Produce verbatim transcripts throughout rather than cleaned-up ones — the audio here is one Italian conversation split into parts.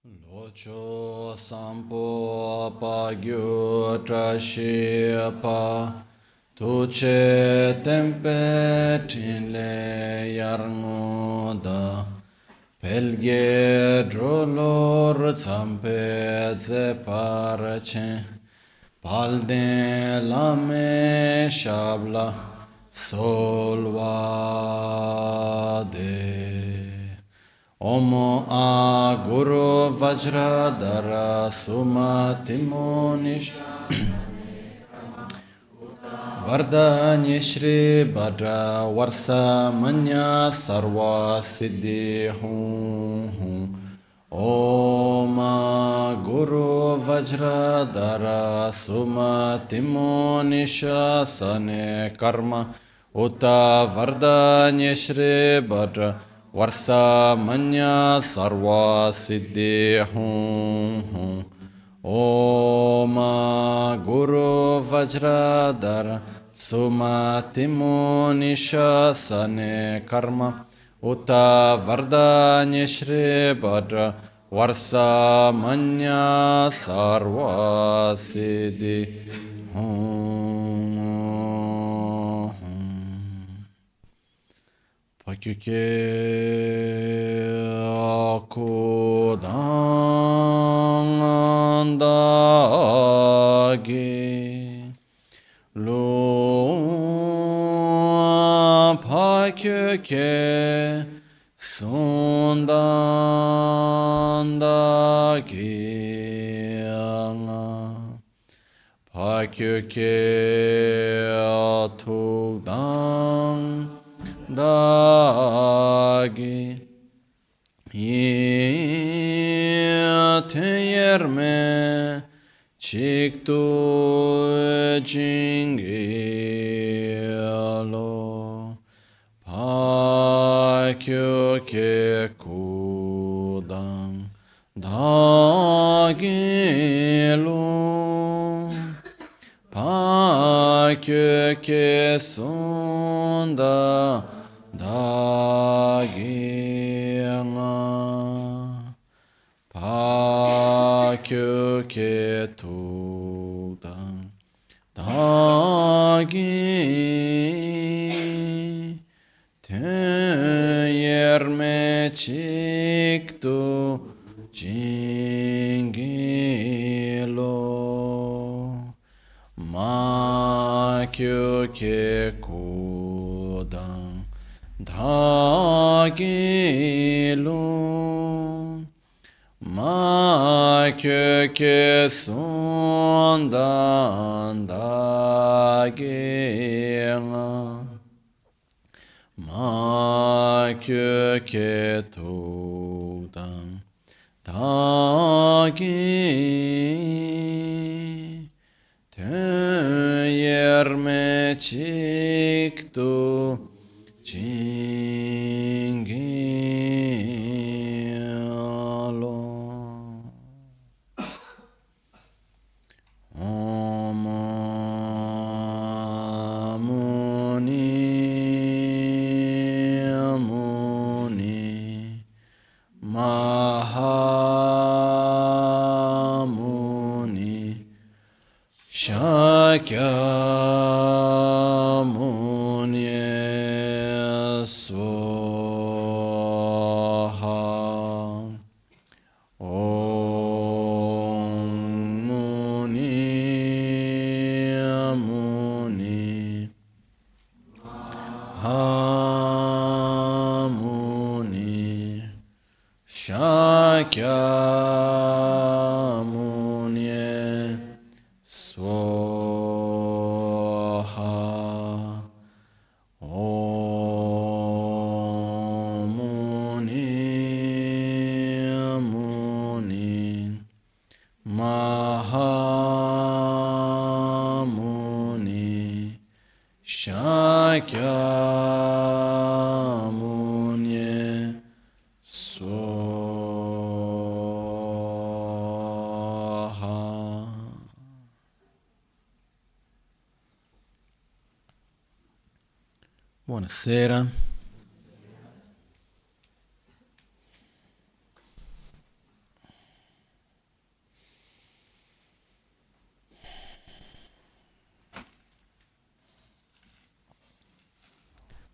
Locho sampo pa gyu trashi pa tuche tempe tinle yarngo da pelge drolor zampe ze parche palde lame shabla solvade Om A Guru Vajradhara Sumatimonish Vardhanya Shri Bhadra Varsa Manya Sarva Siddhi Hum Om A Guru Vajradhara Sumatimonish Sane Karma Uta Vardhanya Shri Bhadra Varsa Manya Sarva Siddhi Hum Hum Om Guru Vajradhara Sumatimo Nishasane Karma Uta Vardhanya Shri Bhadra Varsa Manya Sarva Siddhi Hum Pakyuke akudandagi lo pakyuke sundandagi pakyuke atugdang dagi yateyerme chiktu jingelo pakyuke kudang dagilo pakyuke sunda Daginga Pakyuke Tudang Dagi Teyerme Chiktu Jingilo Makyuke Kudang Dagilo Makyuke sundan dagila Makyuke tudang dagi Teyerme chiktu Jingilo Om Muni Muni Mahamuni Shakyamuni Swaha Om Muni Muni Hamuni Shakyamuni Swaha Om Muni Muni Mahamuni Shakyamuni Swaha. Buonasera.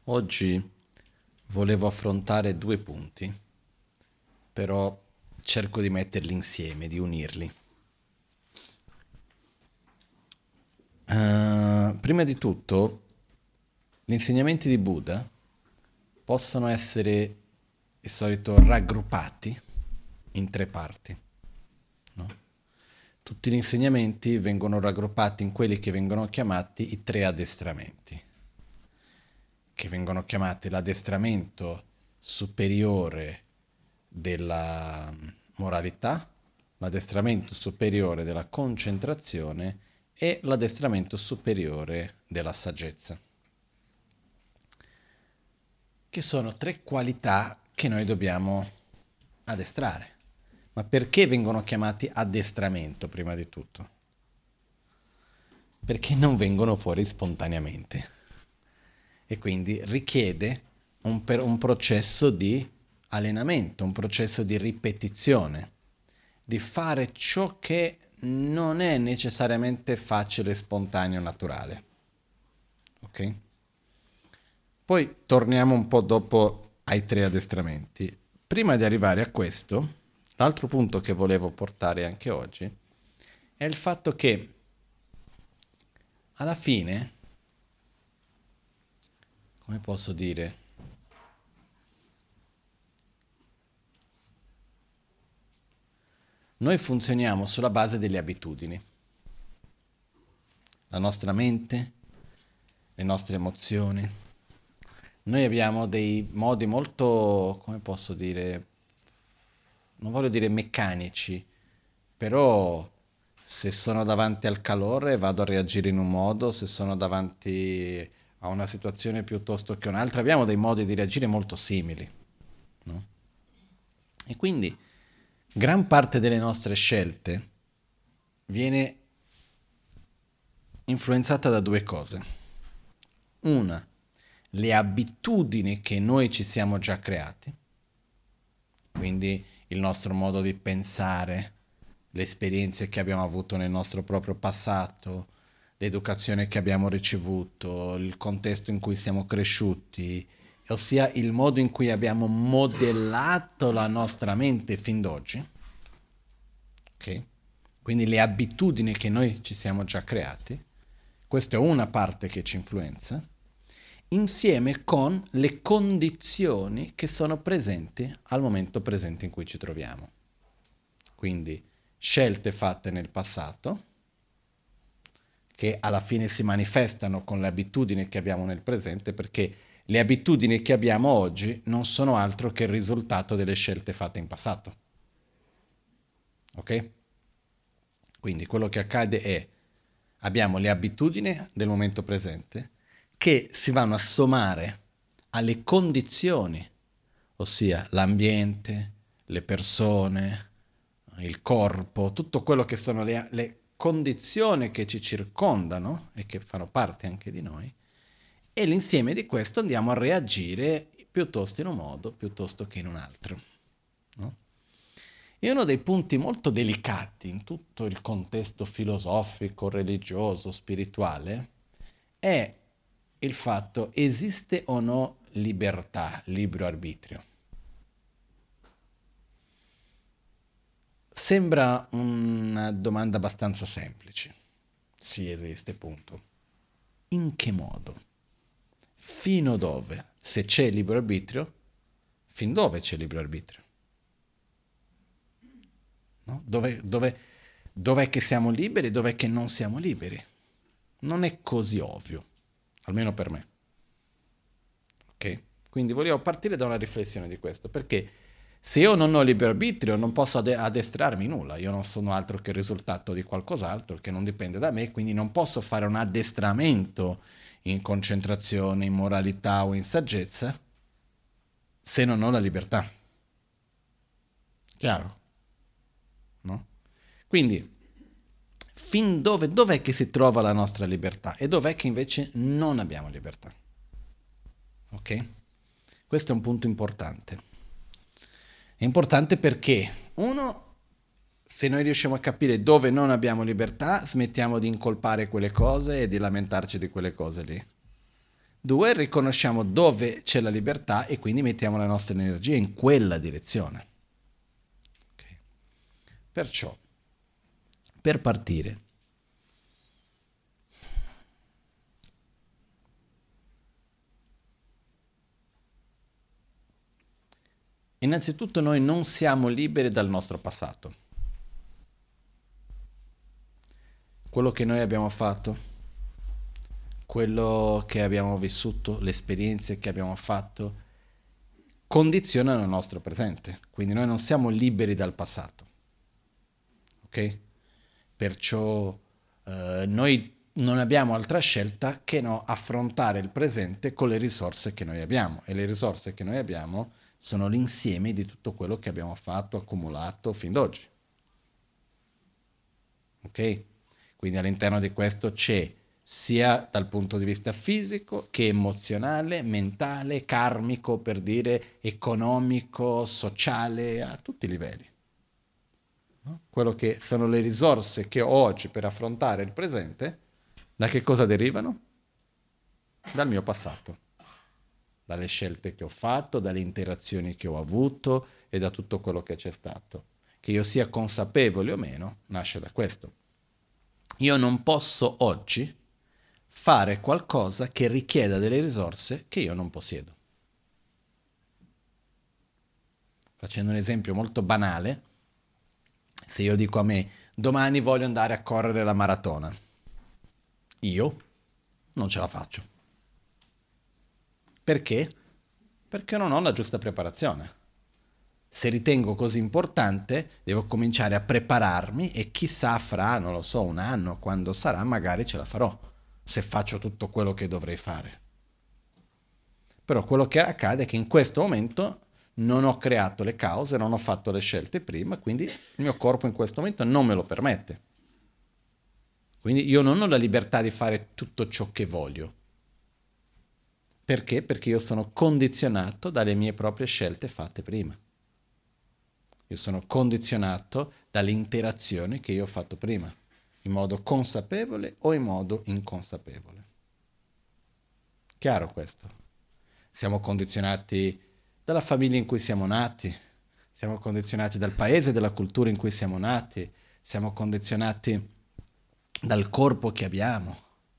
Oggi volevo affrontare due punti, però cerco di metterli insieme, di unirli. Uh, prima di tutto, gli insegnamenti di Buddha possono essere di solito raggruppati in tre parti, no? Tutti gli insegnamenti vengono raggruppati in quelli che vengono chiamati i tre addestramenti, che vengono chiamati l'addestramento superiore della moralità, l'addestramento superiore della concentrazione e l'addestramento superiore della saggezza, che sono tre qualità che noi dobbiamo addestrare. Ma perché vengono chiamati addestramento prima di tutto? Perché non vengono fuori spontaneamente e quindi richiede un, per, un processo di allenamento, un processo di ripetizione, di fare ciò che non è necessariamente facile, spontaneo, naturale. Ok? Poi torniamo un po' dopo ai tre addestramenti. Prima di arrivare a questo, l'altro punto che volevo portare anche oggi è il fatto che alla fine, come posso dire, noi funzioniamo sulla base delle abitudini. La nostra mente, le nostre emozioni. Noi abbiamo dei modi molto, come posso dire, non voglio dire meccanici, però se sono davanti al calore vado a reagire in un modo, se sono davanti a una situazione piuttosto che un'altra, abbiamo dei modi di reagire molto simili, no? E quindi gran parte delle nostre scelte viene influenzata da due cose. Una, le abitudini che noi ci siamo già creati, quindi il nostro modo di pensare, le esperienze che abbiamo avuto nel nostro proprio passato, l'educazione che abbiamo ricevuto, il contesto in cui siamo cresciuti, ossia il modo in cui abbiamo modellato la nostra mente fin d'oggi. Ok? Quindi le abitudini che noi ci siamo già creati, questa è una parte che ci influenza, insieme con le condizioni che sono presenti al momento presente in cui ci troviamo. Quindi scelte fatte nel passato, che alla fine si manifestano con le abitudini che abbiamo nel presente, perché le abitudini che abbiamo oggi non sono altro che il risultato delle scelte fatte in passato. Ok? Quindi quello che accade è, abbiamo le abitudini del momento presente che si vanno a sommare alle condizioni, ossia l'ambiente, le persone, il corpo, tutto quello che sono le, le condizioni che ci circondano e che fanno parte anche di noi, e l'insieme di questo andiamo a reagire piuttosto in un modo piuttosto che in un altro, no? E uno dei punti molto delicati in tutto il contesto filosofico, religioso, spirituale è il fatto: esiste o no libertà, libero arbitrio? Sembra una domanda abbastanza semplice. Sì, esiste, punto. In che modo? Fino dove? Se c'è libero arbitrio, fin dove c'è libero arbitrio? No? Dove, dove, dov'è che siamo liberi e dov'è che non siamo liberi? Non è così ovvio, almeno per me. Ok? Quindi volevo partire da una riflessione di questo, perché se io non ho libero arbitrio non posso ade- addestrarmi nulla, io non sono altro che il risultato di qualcos'altro che non dipende da me, quindi non posso fare un addestramento in concentrazione, in moralità o in saggezza se non ho la libertà. Chiaro? No? Quindi, fin dove, dov'è che si trova la nostra libertà e dov'è che invece non abbiamo libertà? Ok? Questo è un punto importante. È importante perché, uno, se noi riusciamo a capire dove non abbiamo libertà, smettiamo di incolpare quelle cose e di lamentarci di quelle cose lì. Due, riconosciamo dove c'è la libertà e quindi mettiamo la nostra energia in quella direzione. Okay. Perciò, per partire, innanzitutto noi non siamo liberi dal nostro passato. Quello che noi abbiamo fatto, quello che abbiamo vissuto, le esperienze che abbiamo fatto, condizionano il nostro presente. Quindi noi non siamo liberi dal passato. Ok? Perciò eh, noi non abbiamo altra scelta che no affrontare il presente con le risorse che noi abbiamo. E le risorse che noi abbiamo sono l'insieme di tutto quello che abbiamo fatto, accumulato fin d'oggi. Ok? Quindi all'interno di questo c'è sia dal punto di vista fisico che emozionale, mentale, karmico, per dire economico, sociale, a tutti i livelli. No? Quello che sono le risorse che ho oggi per affrontare il presente, da che cosa derivano? Dal mio passato, dalle scelte che ho fatto, dalle interazioni che ho avuto e da tutto quello che c'è stato. Che io sia consapevole o meno, nasce da questo. Io non posso oggi fare qualcosa che richieda delle risorse che io non possiedo. Facendo un esempio molto banale, se io dico a me domani voglio andare a correre la maratona, io non ce la faccio. Perché? Perché non ho la giusta preparazione. Se ritengo così importante, devo cominciare a prepararmi e chissà fra, non lo so, un anno, quando sarà, magari ce la farò, se faccio tutto quello che dovrei fare. Però quello che accade è che in questo momento non ho creato le cause, non ho fatto le scelte prima, quindi il mio corpo in questo momento non me lo permette. Quindi io non ho la libertà di fare tutto ciò che voglio. Perché? Perché io sono condizionato dalle mie proprie scelte fatte prima. Io sono condizionato dalle interazioni che io ho fatto prima, in modo consapevole o in modo inconsapevole. Chiaro questo? Siamo condizionati dalla famiglia in cui siamo nati, siamo condizionati dal paese e dalla cultura in cui siamo nati, siamo condizionati dal corpo che abbiamo,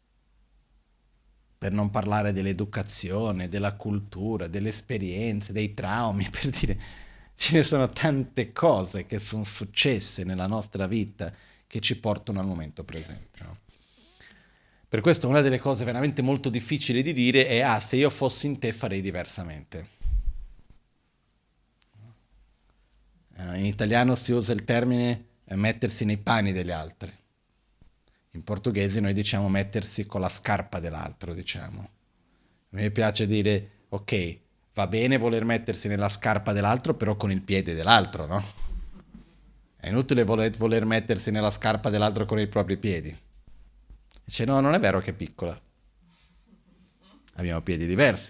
per non parlare dell'educazione, della cultura, delle esperienze, dei traumi, per dire, ce ne sono tante cose che sono successe nella nostra vita che ci portano al momento presente. No? Per questo una delle cose veramente molto difficili di dire è ah, se io fossi in te farei diversamente. In italiano si usa il termine mettersi nei panni degli altri. In portoghese noi diciamo mettersi con la scarpa dell'altro, diciamo. A me piace dire, ok, va bene voler mettersi nella scarpa dell'altro, però con il piede dell'altro, no? È inutile voler, voler mettersi nella scarpa dell'altro con i propri piedi. Dice, no, non è vero che è piccola. Abbiamo piedi diversi.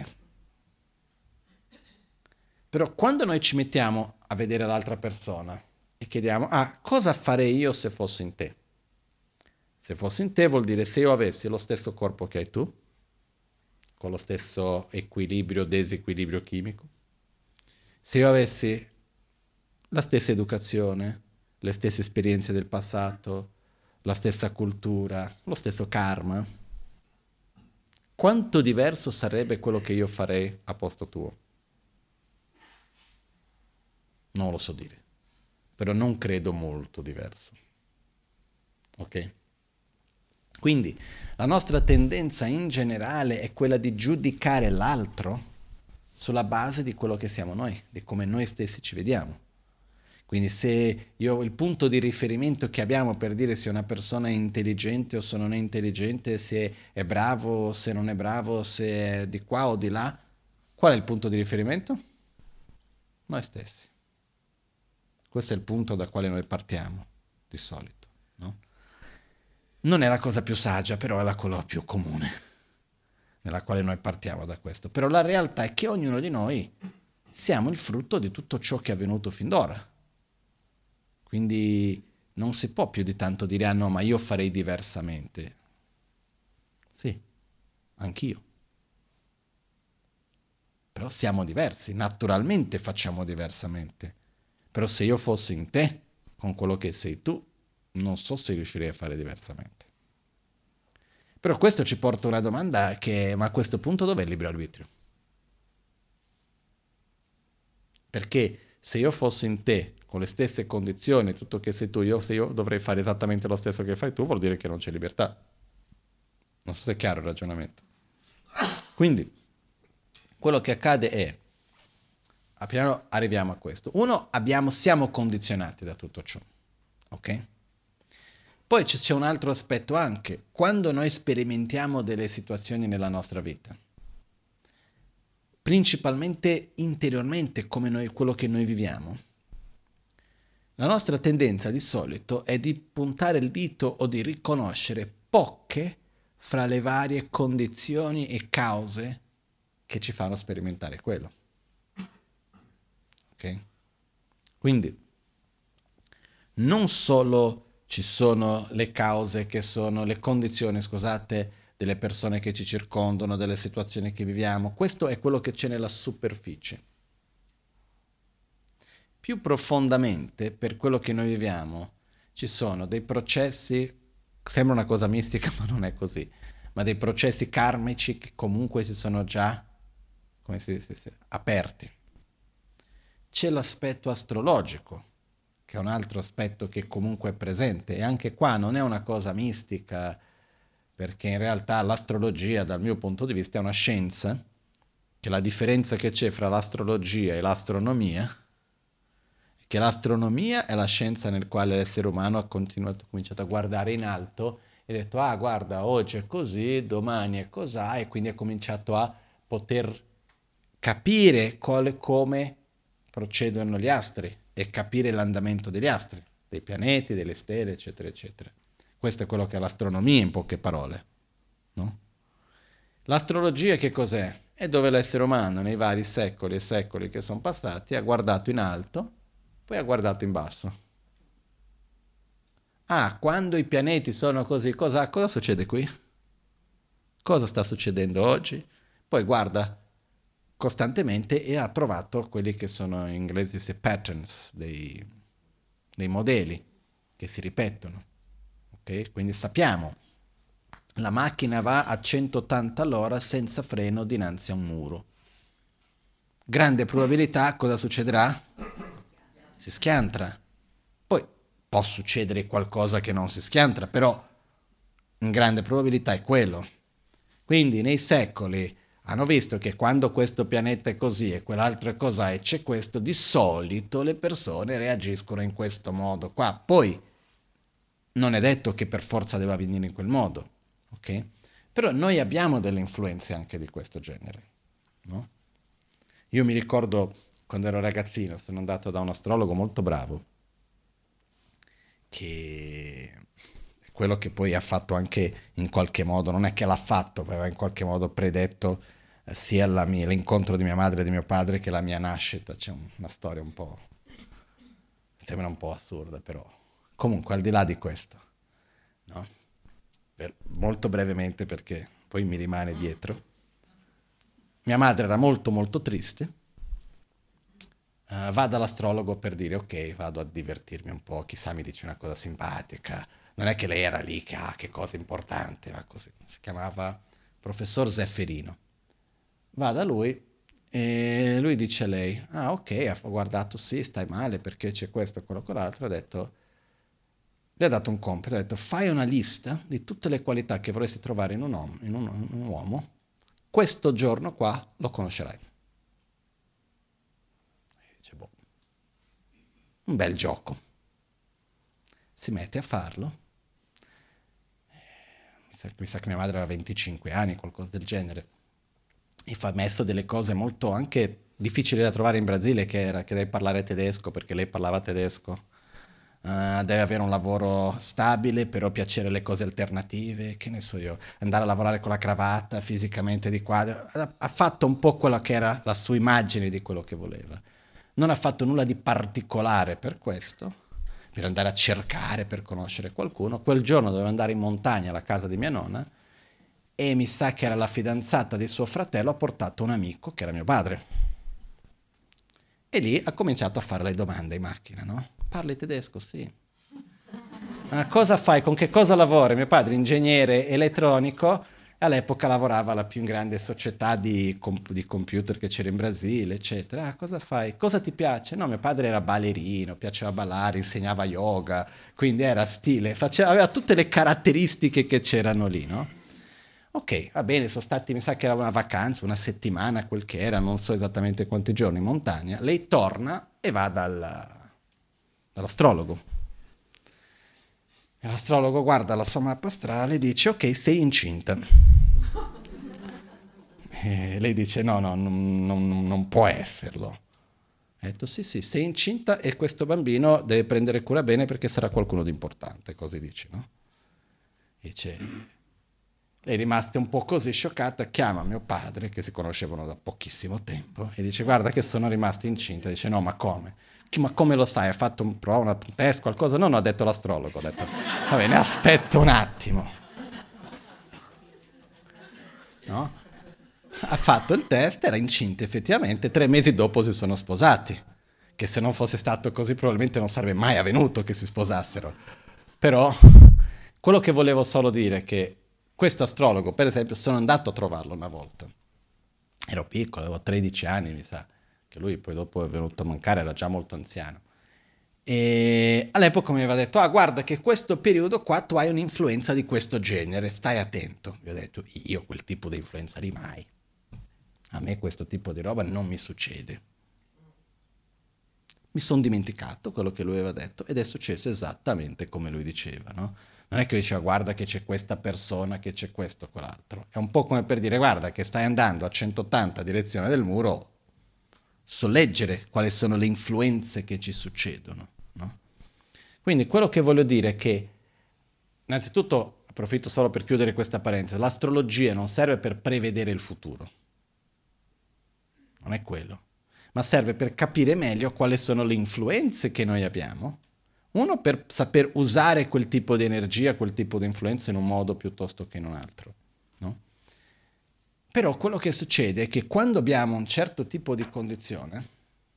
Però quando noi ci mettiamo a vedere l'altra persona e chiediamo, ah, cosa farei io se fossi in te? Se fossi in te vuol dire se io avessi lo stesso corpo che hai tu, con lo stesso equilibrio, disequilibrio chimico, se io avessi la stessa educazione, le stesse esperienze del passato, la stessa cultura, lo stesso karma, quanto diverso sarebbe quello che io farei a posto tuo? Non lo so dire, però non credo molto diverso. Ok? Quindi la nostra tendenza in generale è quella di giudicare l'altro sulla base di quello che siamo noi, di come noi stessi ci vediamo. Quindi se io il punto di riferimento che abbiamo per dire se una persona è intelligente o se non è intelligente, se è bravo o se non è bravo, se è di qua o di là, qual è il punto di riferimento? Noi stessi. Questo è il punto da quale noi partiamo, di solito, no? Non è la cosa più saggia, però è la cosa più comune, nella quale noi partiamo da questo. Però la realtà è che ognuno di noi siamo il frutto di tutto ciò che è avvenuto fin d'ora. Quindi non si può più di tanto dire, ah no, ma io farei diversamente. Sì, anch'io. Però siamo diversi, naturalmente facciamo diversamente. Però se io fossi in te, con quello che sei tu, non so se riuscirei a fare diversamente. Però questo ci porta a una domanda che, ma a questo punto dov'è il libero arbitrio? Perché se io fossi in te, con le stesse condizioni, tutto che sei tu, io, se io dovrei fare esattamente lo stesso che fai tu, vuol dire che non c'è libertà. Non so se è chiaro il ragionamento. Quindi, quello che accade è, appena arriviamo a questo, uno, abbiamo, siamo condizionati da tutto ciò, ok? Poi c'è un altro aspetto anche, quando noi sperimentiamo delle situazioni nella nostra vita, principalmente interiormente come noi, quello che noi viviamo, la nostra tendenza di solito è di puntare il dito o di riconoscere poche fra le varie condizioni e cause che ci fanno sperimentare quello. Ok? Quindi, non solo ci sono le cause che sono le condizioni, scusate, delle persone che ci circondano, delle situazioni che viviamo, questo è quello che c'è nella superficie. Più profondamente, per quello che noi viviamo, ci sono dei processi, sembra una cosa mistica ma non è così, ma dei processi karmici che comunque si sono già, come si dice, aperti. C'è l'aspetto astrologico, che è un altro aspetto che comunque è presente, e anche qua non è una cosa mistica, perché in realtà l'astrologia, dal mio punto di vista, è una scienza, che la differenza che c'è fra l'astrologia e l'astronomia, è che l'astronomia è la scienza nel quale l'essere umano ha continuato, ha cominciato a guardare in alto e ha detto, ah guarda, oggi è così, domani è così, e quindi ha cominciato a poter capire quale, come procedono gli astri e capire l'andamento degli astri, dei pianeti, delle stelle, eccetera, eccetera. Questo è quello che è l'astronomia in poche parole, no? L'astrologia che cos'è? È dove l'essere umano nei vari secoli e secoli che sono passati ha guardato in alto, poi ha guardato in basso. Ah, quando i pianeti sono così, cosa, cosa succede qui? Cosa sta succedendo oggi? Poi guarda costantemente e ha trovato quelli che sono in inglese si patterns, dei, dei modelli che si ripetono. Okay? Quindi sappiamo, la macchina va a centottanta all'ora senza freno dinanzi a un muro. Grande probabilità, cosa succederà? Si schiantra. Poi può succedere qualcosa che non si schiantra, però in grande probabilità è quello. Quindi nei secoli hanno visto che quando questo pianeta è così e quell'altro è così e c'è questo, di solito le persone reagiscono in questo modo qua. Poi non è detto che per forza debba venire in quel modo, ok? Però noi abbiamo delle influenze anche di questo genere, no? Io mi ricordo quando ero ragazzino, sono andato da un astrologo molto bravo, che è quello che poi ha fatto anche in qualche modo, non è che l'ha fatto, aveva in qualche modo predetto eh, sia la mia- l'incontro di mia madre e di mio padre che la mia nascita. C'è un- una storia un po', sembra un po' assurda, però comunque al di là di questo, no? Per- molto brevemente perché poi mi rimane dietro. Mia madre era molto molto triste, eh, va dall'astrologo per dire ok, vado a divertirmi un po', chissà mi dice una cosa simpatica. Non è che lei era lì che, ah, che cosa importante, ma così. Si chiamava professor Zefferino. Va da lui e lui dice a lei, ah ok, ha guardato, sì, stai male perché c'è questo, quello, quell'altro, ha detto, le ha dato un compito, ha detto fai una lista di tutte le qualità che vorresti trovare in un uomo, in un, in un uomo, questo giorno qua lo conoscerai. E dice, boh, un bel gioco. Si mette a farlo. Mi sa, mi sa che mia madre aveva venticinque anni, qualcosa del genere. E fa messo delle cose molto anche difficili da trovare in Brasile, che era che devi parlare tedesco, perché lei parlava tedesco. Uh, deve avere un lavoro stabile, però piacere le cose alternative, che ne so io, andare a lavorare con la cravatta fisicamente di qua. Ha, ha fatto un po' quella che era la sua immagine di quello che voleva. Non ha fatto nulla di particolare per questo, per andare a cercare, per conoscere qualcuno. Quel giorno doveva andare in montagna alla casa di mia nonna e mi sa che era la fidanzata di suo fratello, ha portato un amico che era mio padre. E lì ha cominciato a fare le domande in macchina, no? Parli tedesco? Sì. Ma cosa fai? Con che cosa lavori? Mio padre, ingegnere elettronico, all'epoca lavorava alla più grande società di, comp- di computer che c'era in Brasile, eccetera. Ah, cosa fai? Cosa ti piace? No, mio padre era ballerino, piaceva ballare, insegnava yoga, quindi era stile, faceva, aveva tutte le caratteristiche che c'erano lì, no? Ok, va bene, sono stati, mi sa che era una vacanza, una settimana, quel che era, non so esattamente quanti giorni in montagna. Lei torna e va dal, dall'astrologo. E l'astrologo guarda la sua mappa astrale e dice: ok, sei incinta. E lei dice: no, no, non, non- non può esserlo. Ha detto: sì, sì, sei incinta e questo bambino deve prendere cura bene perché sarà qualcuno di importante, così dice, no? Dice, lei è rimasta un po' così scioccata, chiama mio padre, che si conoscevano da pochissimo tempo, e dice: guarda che sono rimasta incinta. Dice: no, ma come? Chi- Ma come lo sai? Ha fatto un prova, una- un test, qualcosa? No, no, ha detto l'astrologo. Ho detto: va bene, aspetta un attimo. No? Ha fatto il test, era incinta effettivamente, tre mesi dopo si sono sposati. Che se non fosse stato così probabilmente non sarebbe mai avvenuto che si sposassero. Però quello che volevo solo dire è che questo astrologo, per esempio, sono andato a trovarlo una volta. Ero piccolo, avevo tredici anni, mi sa, che lui poi dopo è venuto a mancare, era già molto anziano. E all'epoca mi aveva detto: ah, guarda che questo periodo qua tu hai un'influenza di questo genere, stai attento. Gli ho detto: io quel tipo di influenza lì mai. A me questo tipo di roba non mi succede. Mi sono dimenticato quello che lui aveva detto ed è successo esattamente come lui diceva, no? Non è che diceva: guarda che c'è questa persona, che c'è questo o quell'altro. È un po' come per dire: guarda che stai andando a centottanta direzione del muro, so leggere quali sono le influenze che ci succedono, no? Quindi quello che voglio dire è che, innanzitutto, approfitto solo per chiudere questa parentesi, l'astrologia non serve per prevedere il futuro, non è quello, ma serve per capire meglio quali sono le influenze che noi abbiamo. Uno, per saper usare quel tipo di energia, quel tipo di influenza in un modo piuttosto che in un altro, no? Però quello che succede è che quando abbiamo un certo tipo di condizione,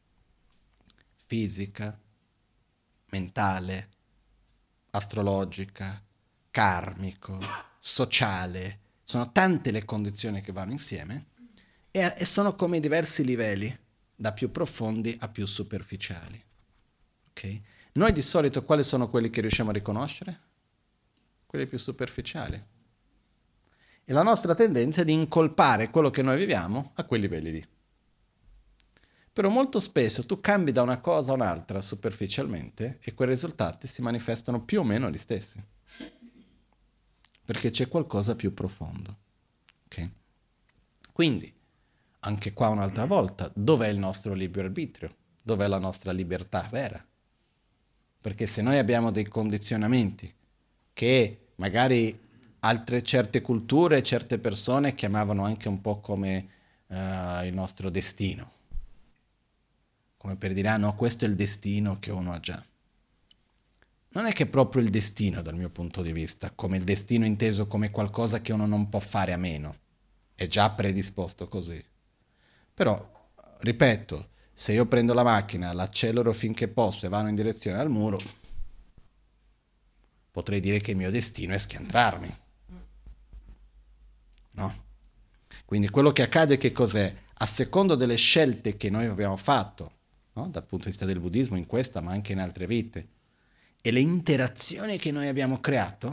fisica, mentale, astrologica, karmico, sociale, sono tante le condizioni che vanno insieme e, e sono come diversi livelli, da più profondi a più superficiali. Ok? Noi di solito quali sono quelli che riusciamo a riconoscere? Quelli più superficiali. E la nostra tendenza è di incolpare quello che noi viviamo a quei livelli lì. Però molto spesso tu cambi da una cosa a un'altra superficialmente e quei risultati si manifestano più o meno gli stessi. Perché c'è qualcosa più profondo. Ok? Quindi, anche qua un'altra volta, dov'è il nostro libero arbitrio? Dov'è la nostra libertà vera? Perché se noi abbiamo dei condizionamenti che magari altre certe culture, certe persone chiamavano anche un po' come uh, il nostro destino, come per dire: ah no, questo è il destino che uno ha già. Non è che è proprio il destino dal mio punto di vista, come il destino inteso come qualcosa che uno non può fare a meno, è già predisposto così. Però, ripeto, se io prendo la macchina, l'accelero finché posso e vado in direzione al muro, potrei dire che il mio destino è schiantarmi. No? Quindi quello che accade che cos'è? A secondo delle scelte che noi abbiamo fatto, no? Dal punto di vista del buddismo in questa, ma anche in altre vite, e le interazioni che noi abbiamo creato,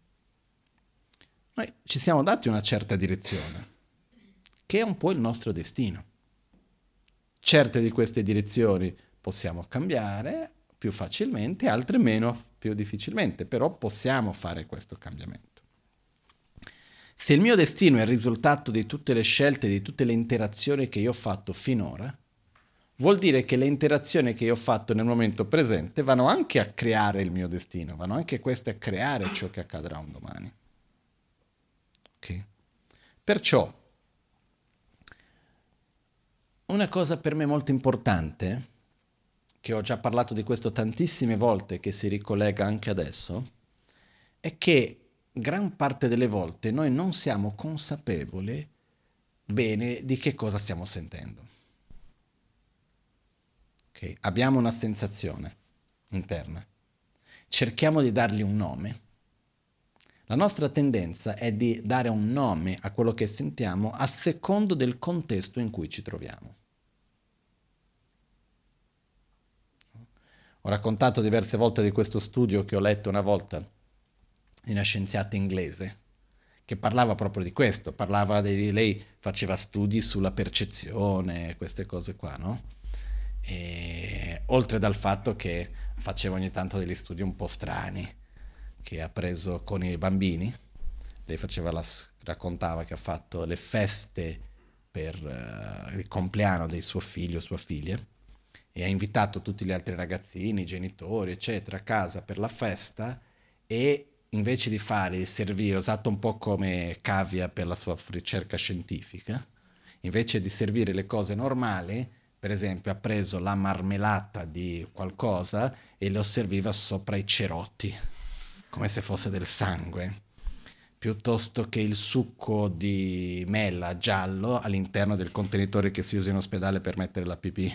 noi ci siamo dati una certa direzione, che è un po' il nostro destino. Certe di queste direzioni possiamo cambiare più facilmente, altre meno, più difficilmente, però possiamo fare questo cambiamento. Se il mio destino è il risultato di tutte le scelte, di tutte le interazioni che io ho fatto finora, vuol dire che le interazioni che io ho fatto nel momento presente vanno anche a creare il mio destino, vanno anche queste a creare ciò che accadrà un domani. Ok? Perciò, una cosa per me molto importante, che ho già parlato di questo tantissime volte, che si ricollega anche adesso, è che gran parte delle volte noi non siamo consapevoli bene di che cosa stiamo sentendo. Okay? Abbiamo una sensazione interna, cerchiamo di dargli un nome. La nostra tendenza è di dare un nome a quello che sentiamo a secondo del contesto in cui ci troviamo. Ho raccontato diverse volte di questo studio che ho letto una volta di una scienziata inglese che parlava proprio di questo, parlava di lei faceva studi sulla percezione, queste cose qua, no? E, oltre dal fatto che faceva ogni tanto degli studi un po' strani, che ha preso con i bambini, lei faceva la, raccontava che ha fatto le feste per uh, il compleanno del suo figlio o sua figlia, e ha invitato tutti gli altri ragazzini, i genitori, eccetera, a casa per la festa, e invece di fare, di servire, usato un po' come cavia per la sua ricerca scientifica, invece di servire le cose normali, per esempio ha preso la marmellata di qualcosa e lo serviva sopra i cerotti, come se fosse del sangue, piuttosto che il succo di mela giallo all'interno del contenitore che si usa in ospedale per mettere la pipì.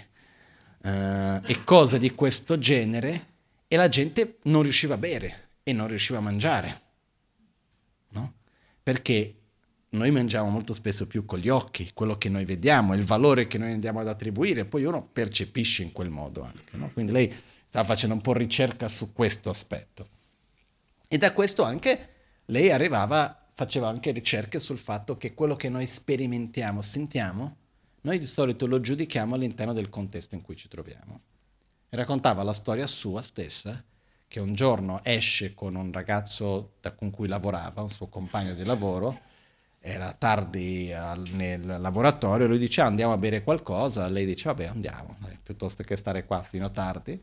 Uh, e cose di questo genere, e la gente non riusciva a bere e non riusciva a mangiare, no? Perché noi mangiamo molto spesso più con gli occhi, quello che noi vediamo, il valore che noi andiamo ad attribuire, poi uno percepisce in quel modo anche, no? Quindi lei stava facendo un po' ricerca su questo aspetto, e da questo anche lei arrivava, faceva anche ricerche sul fatto che quello che noi sperimentiamo, sentiamo, noi di solito lo giudichiamo all'interno del contesto in cui ci troviamo. E raccontava la storia sua stessa, che un giorno esce con un ragazzo da, con cui lavorava, un suo compagno di lavoro, era tardi al, nel laboratorio, lui dice ah, andiamo a bere qualcosa, lei dice vabbè andiamo, eh, piuttosto che stare qua fino a tardi.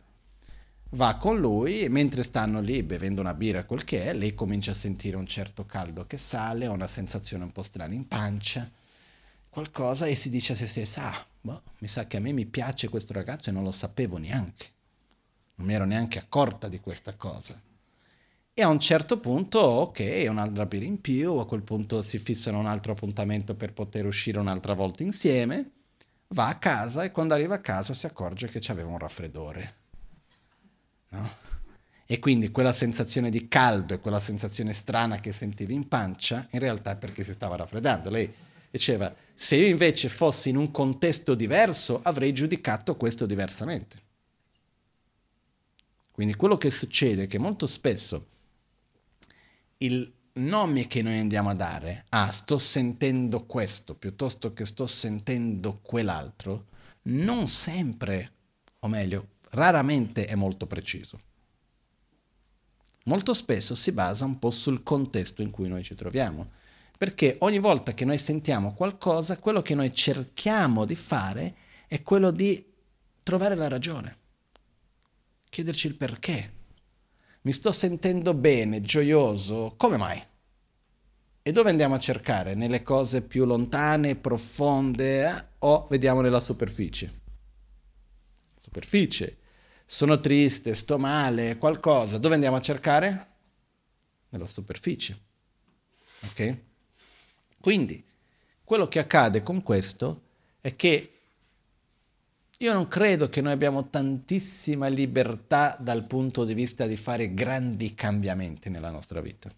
Va con lui e mentre stanno lì bevendo una birra, quel che è, lei comincia a sentire un certo caldo che sale, una sensazione un po' strana in pancia, qualcosa, e si dice a se stessa, ah, boh, mi sa che a me mi piace questo ragazzo e non lo sapevo neanche, non mi ero neanche accorta di questa cosa. E a un certo punto, ok, un'altra birra in più, a quel punto si fissano un altro appuntamento per poter uscire un'altra volta insieme, va a casa e quando arriva a casa si accorge che c'aveva un raffreddore, no? E quindi quella sensazione di caldo e quella sensazione strana che sentivi in pancia, in realtà è perché si stava raffreddando. Lei diceva, se io invece fossi in un contesto diverso, avrei giudicato questo diversamente. Quindi quello che succede è che molto spesso il nome che noi andiamo a dare, ah, sto sentendo questo, piuttosto che sto sentendo quell'altro, non sempre, o meglio, raramente è molto preciso. Molto spesso si basa un po' sul contesto in cui noi ci troviamo. Perché ogni volta che noi sentiamo qualcosa, quello che noi cerchiamo di fare è quello di trovare la ragione, chiederci il perché. Mi sto sentendo bene, gioioso, come mai? E dove andiamo a cercare? Nelle cose più lontane, profonde, eh? O vediamo nella superficie? Superficie. Sono triste, sto male, qualcosa. Dove andiamo a cercare? Nella superficie. Ok? Quindi, quello che accade con questo è che io non credo che noi abbiamo tantissima libertà dal punto di vista di fare grandi cambiamenti nella nostra vita.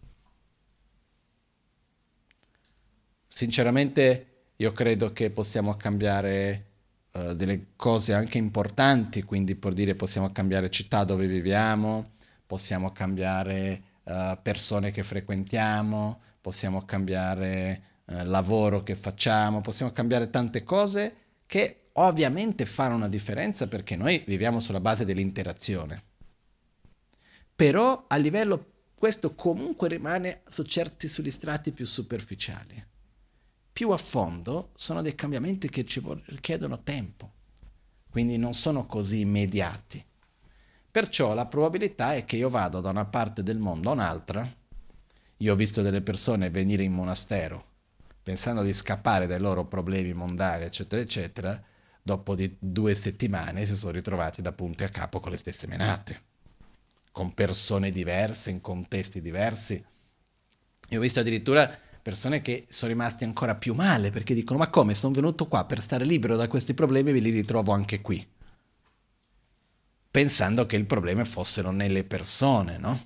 Sinceramente, io credo che possiamo cambiare uh, delle cose anche importanti, quindi per dire possiamo cambiare città dove viviamo, possiamo cambiare uh, persone che frequentiamo, possiamo cambiare uh, lavoro che facciamo, possiamo cambiare tante cose che ovviamente fanno una differenza perché noi viviamo sulla base dell'interazione. Però a livello, questo comunque rimane su certi, sugli strati più superficiali. Più a fondo sono dei cambiamenti che ci richiedono tempo, quindi non sono così immediati. Perciò la probabilità è che io vado da una parte del mondo a un'altra. Io ho visto delle persone venire in monastero pensando di scappare dai loro problemi mondani, eccetera, eccetera, dopo di due settimane si sono ritrovati da punto e a capo con le stesse menate, con persone diverse, in contesti diversi. Io ho visto addirittura persone che sono rimasti ancora più male perché dicono: ma come, sono venuto qua per stare libero da questi problemi e me li ritrovo anche qui, pensando che il problema fossero nelle persone, no?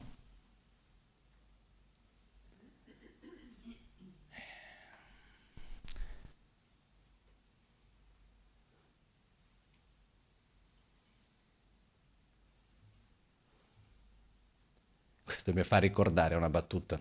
Questo mi fa ricordare una battuta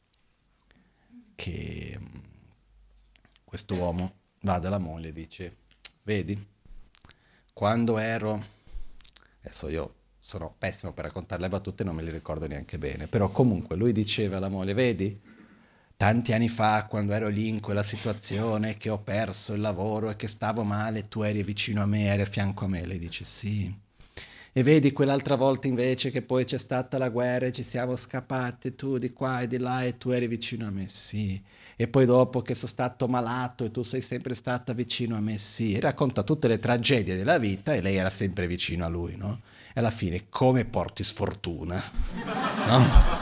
che mm, questo uomo va dalla moglie e dice: vedi, quando ero... Adesso io sono pessimo per raccontare le battute, non me le ricordo neanche bene, però comunque lui diceva alla moglie: vedi, tanti anni fa, quando ero lì in quella situazione che ho perso il lavoro e che stavo male, tu eri vicino a me, eri a fianco a me. Lei dice: sì. E vedi quell'altra volta invece che poi c'è stata la guerra e ci siamo scappati, tu di qua e di là e tu eri vicino a me, sì. E poi dopo che sono stato malato e tu sei sempre stata vicino a me, sì. E racconta tutte le tragedie della vita e lei era sempre vicino a lui, no? E alla fine, come porti sfortuna, no?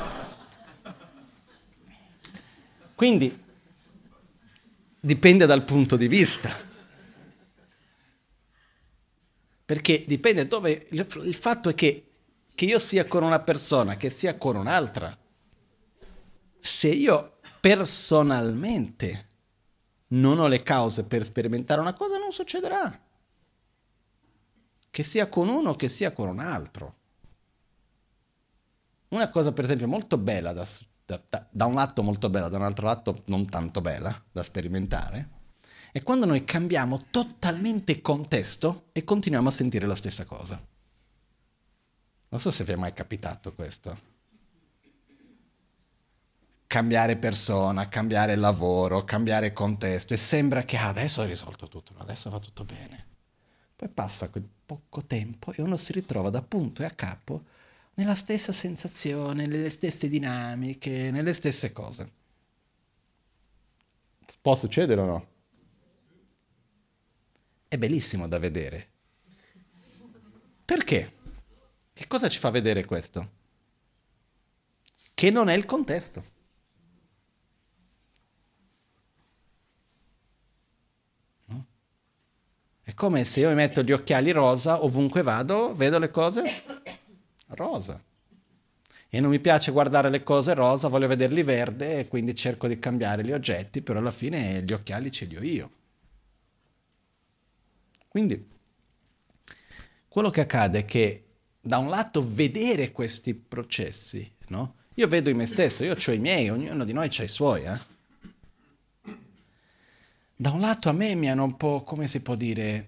Quindi dipende dal punto di vista, perché dipende dove... Il, il fatto è che, che io sia con una persona, che sia con un'altra, se io personalmente non ho le cause per sperimentare una cosa, non succederà. Che sia con uno, che sia con un altro. Una cosa, per esempio, molto bella, da, da, da- da un lato molto bella, da un altro lato non tanto bella, da sperimentare, è quando noi cambiamo totalmente contesto e continuiamo a sentire la stessa cosa. Non so se vi è mai capitato questo. Cambiare persona, cambiare lavoro, cambiare contesto e sembra che ah, adesso ho risolto tutto, no? Adesso va tutto bene. Poi passa quel poco tempo e uno si ritrova da punto e a capo nella stessa sensazione, nelle stesse dinamiche, nelle stesse cose. Può succedere o no? È bellissimo da vedere. Perché? Che cosa ci fa vedere questo? Che non è il contesto. È come se io mi metto gli occhiali rosa, ovunque vado, vedo le cose rosa. E non mi piace guardare le cose rosa, voglio vederli verde e quindi cerco di cambiare gli oggetti, però alla fine gli occhiali ce li ho io. Quindi quello che accade è che da un lato vedere questi processi, no? Io vedo in me stesso, io ho i miei, ognuno di noi ha i suoi, eh? Da un lato a me mi hanno un po', come si può dire,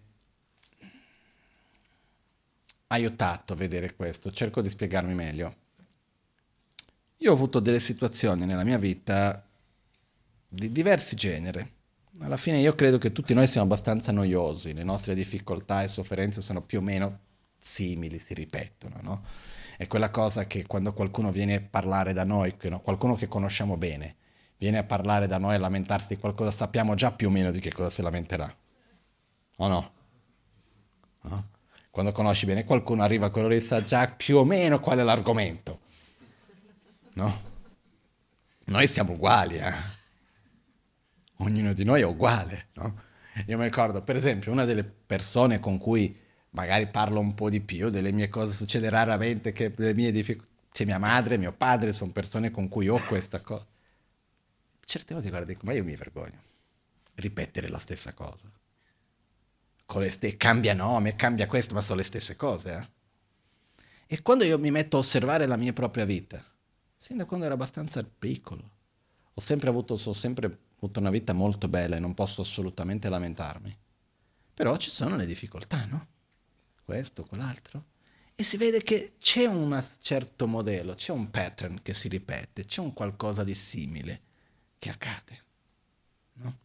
aiutato a vedere questo, cerco di spiegarmi meglio. Io ho avuto delle situazioni nella mia vita di diversi generi. Alla fine io credo che tutti noi siamo abbastanza noiosi, le nostre difficoltà e sofferenze sono più o meno simili, si ripetono, no? È quella cosa che quando qualcuno viene a parlare da noi, che no- qualcuno che conosciamo bene, viene a parlare da noi e lamentarsi di qualcosa, sappiamo già più o meno di che cosa si lamenterà, o no? No? Quando conosci bene qualcuno arriva quello lì, sa già più o meno qual è l'argomento, no? Noi siamo uguali, eh? Ognuno di noi è uguale, no? Io mi ricordo, per esempio, una delle persone con cui magari parlo un po' di più, delle mie cose, succede raramente che le mie difficoltà, c'è mia madre, mio padre, sono persone con cui ho questa cosa. Certe volte guarda, dico, ma io mi vergogno. Ripetere la stessa cosa. Con le ste- cambia nome, cambia questo, ma sono le stesse cose, eh? E quando io mi metto a osservare la mia propria vita, sin da quando ero abbastanza piccolo, ho sempre avuto, ho sempre avuto una vita molto bella e non posso assolutamente lamentarmi. Però ci sono le difficoltà, no? Questo, quell'altro. E si vede che c'è un certo modello, c'è un pattern che si ripete, c'è un qualcosa di simile che accade, no?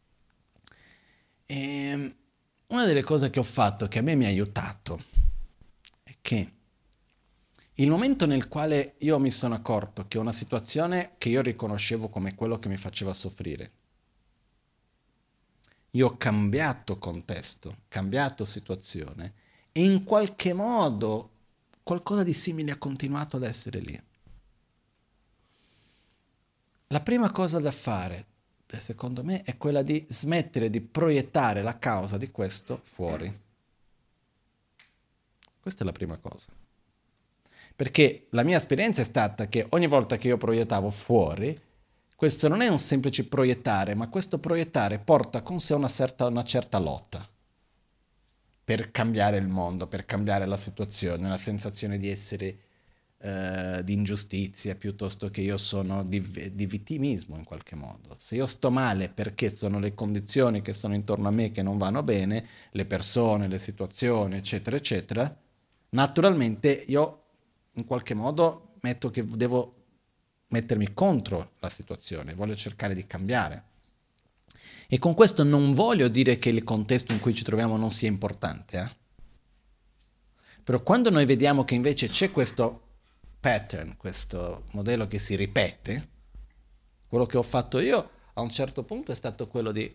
E una delle cose che ho fatto che a me mi ha aiutato è che il momento nel quale io mi sono accorto che una situazione che io riconoscevo come quello che mi faceva soffrire, io ho cambiato contesto, cambiato situazione e in qualche modo qualcosa di simile ha continuato ad essere lì. La prima cosa da fare, secondo me, è quella di smettere di proiettare la causa di questo fuori. Questa è la prima cosa. Perché la mia esperienza è stata che ogni volta che io proiettavo fuori, questo non è un semplice proiettare, ma questo proiettare porta con sé una certa, una certa lotta per cambiare il mondo, per cambiare la situazione, la sensazione di essere eh, di ingiustizia piuttosto che io sono di, di vittimismo in qualche modo. Se io sto male perché sono le condizioni che sono intorno a me che non vanno bene, le persone, le situazioni, eccetera, eccetera, naturalmente io in qualche modo metto che devo mettermi contro la situazione, voglio cercare di cambiare. E con questo non voglio dire che il contesto in cui ci troviamo non sia importante, eh? Però quando noi vediamo che invece c'è questo pattern, questo modello che si ripete, quello che ho fatto io a un certo punto è stato quello di,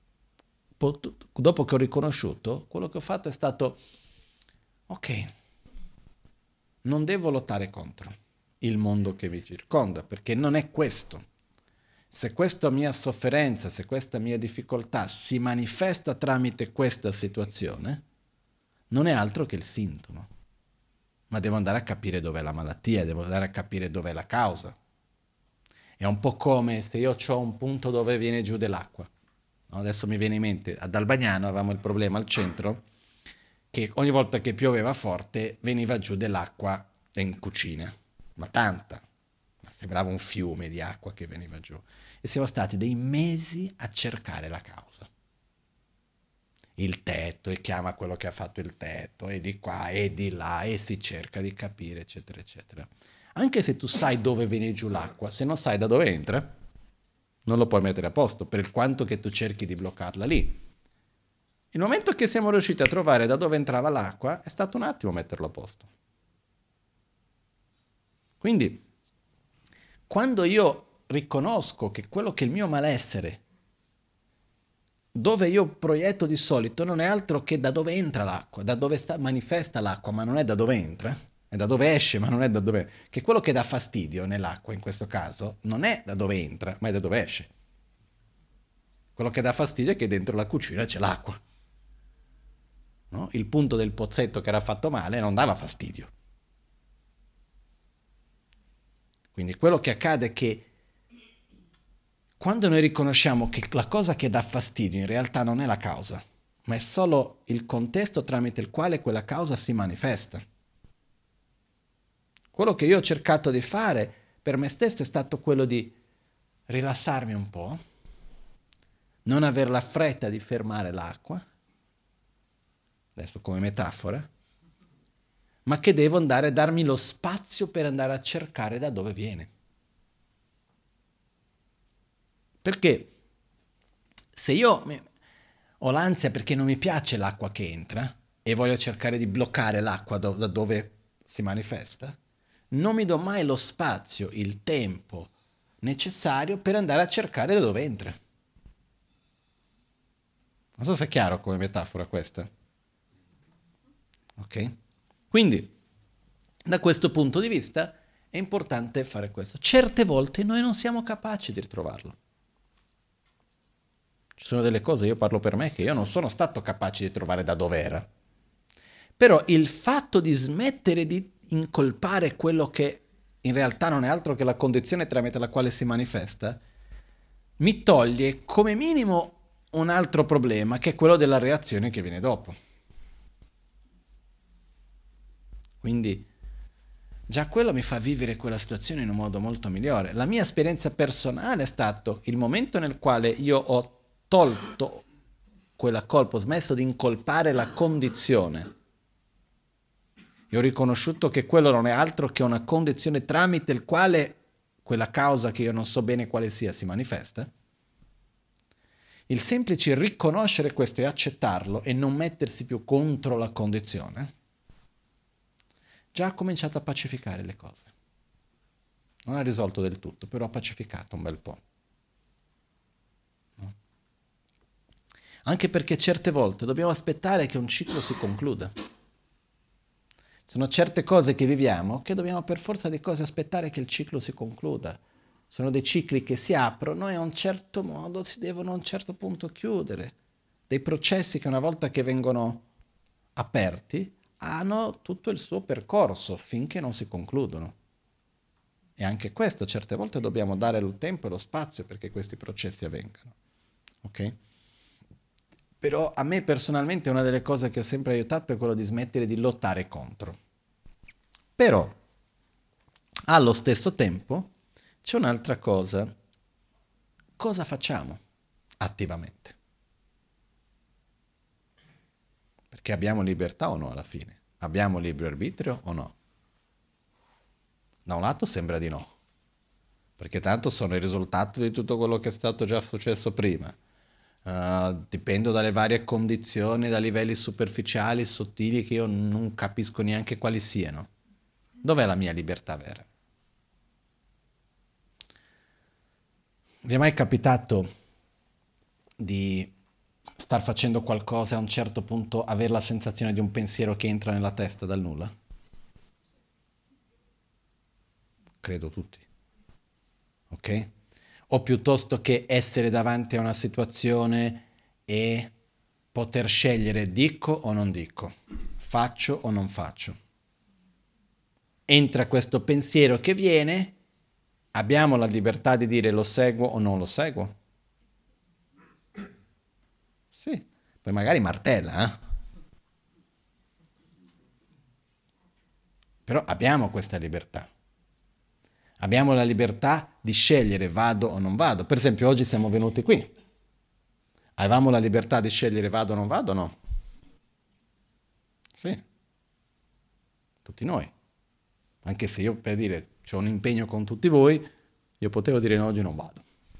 dopo che ho riconosciuto, quello che ho fatto è stato, ok, non devo lottare contro il mondo che mi circonda, perché non è questo. Se questa mia sofferenza, se questa mia difficoltà si manifesta tramite questa situazione, non è altro che il sintomo. Ma devo andare a capire dov'è la malattia, devo andare a capire dov'è la causa. È un po' come se io ho un punto dove viene giù dell'acqua. Adesso mi viene in mente, ad Albagnano avevamo il problema al centro, che ogni volta che pioveva forte veniva giù dell'acqua in cucina, ma tanta. Sembrava un fiume di acqua che veniva giù. E siamo stati dei mesi a cercare la causa. Il tetto, e chiama quello che ha fatto il tetto, e di qua, e di là, e si cerca di capire, eccetera, eccetera. Anche se tu sai dove viene giù l'acqua, se non sai da dove entra, non lo puoi mettere a posto, per quanto che tu cerchi di bloccarla lì. Il momento che siamo riusciti a trovare da dove entrava l'acqua, è stato un attimo metterlo a posto. Quindi, quando io riconosco che quello che è il mio malessere, dove io proietto di solito, non è altro che da dove entra l'acqua, da dove sta, manifesta l'acqua, ma non è da dove entra, è da dove esce, ma non è da dove... Che quello che dà fastidio nell'acqua, in questo caso, non è da dove entra, ma è da dove esce. Quello che dà fastidio è che dentro la cucina c'è l'acqua. No? Il punto del pozzetto che era fatto male non dava fastidio. Quindi quello che accade è che quando noi riconosciamo che la cosa che dà fastidio in realtà non è la causa, ma è solo il contesto tramite il quale quella causa si manifesta. Quello che io ho cercato di fare per me stesso è stato quello di rilassarmi un po', non avere la fretta di fermare l'acqua, adesso come metafora, ma che devo andare a darmi lo spazio per andare a cercare da dove viene. Perché se io ho l'ansia perché non mi piace l'acqua che entra e voglio cercare di bloccare l'acqua do- da dove si manifesta, non mi do mai lo spazio, il tempo necessario per andare a cercare da dove entra. Non so se è chiaro come metafora questa. Ok? Quindi, da questo punto di vista, è importante fare questo. Certe volte noi non siamo capaci di ritrovarlo. Ci sono delle cose, io parlo per me, che io non sono stato capace di trovare da dove era. Però il fatto di smettere di incolpare quello che in realtà non è altro che la condizione tramite la quale si manifesta, mi toglie come minimo un altro problema, che è quello della reazione che viene dopo. Quindi già quello mi fa vivere quella situazione in un modo molto migliore. La mia esperienza personale è stato il momento nel quale io ho tolto quella colpa, ho smesso di incolpare la condizione. E ho riconosciuto che quello non è altro che una condizione tramite il quale quella causa che io non so bene quale sia si manifesta. Il semplice riconoscere questo e accettarlo e non mettersi più contro la condizione, già ha cominciato a pacificare le cose. Non ha risolto del tutto, però ha pacificato un bel po'. No? Anche perché certe volte dobbiamo aspettare che un ciclo si concluda. Ci sono certe cose che viviamo che dobbiamo per forza di cose aspettare che il ciclo si concluda. sono dei cicli che si aprono e a un certo modo si devono a un certo punto chiudere. Dei processi che una volta che vengono aperti hanno tutto il suo percorso finché non si concludono. E anche questo, certe volte dobbiamo dare il tempo e lo spazio perché questi processi avvengano. Ok? Però a me personalmente una delle cose che ha sempre aiutato è quello di smettere di lottare contro. Però, allo stesso tempo, c'è un'altra cosa. Cosa facciamo attivamente? Perché abbiamo libertà o no alla fine? Abbiamo libero arbitrio o no? Da un lato sembra di no, perché tanto sono il risultato di tutto quello che è stato già successo prima. Uh, dipendo dalle varie condizioni, da livelli superficiali, sottili, che io non capisco neanche quali siano. Dov'è la mia libertà vera? Vi è mai capitato di star facendo qualcosa e a un certo punto avere la sensazione di un pensiero che entra nella testa dal nulla? Credo tutti. Ok? O piuttosto che essere davanti a una situazione e poter scegliere dico o non dico, faccio o non faccio. Entra questo pensiero che viene, abbiamo la libertà di dire lo seguo o non lo seguo? Sì, poi magari martella, eh? Però abbiamo questa libertà. Abbiamo la libertà di scegliere vado o non vado. Per esempio oggi siamo venuti qui. Avevamo la libertà di scegliere vado o non vado o no? Sì. Tutti noi. Anche se io per dire ho un impegno con tutti voi, io potevo dire no, oggi non vado.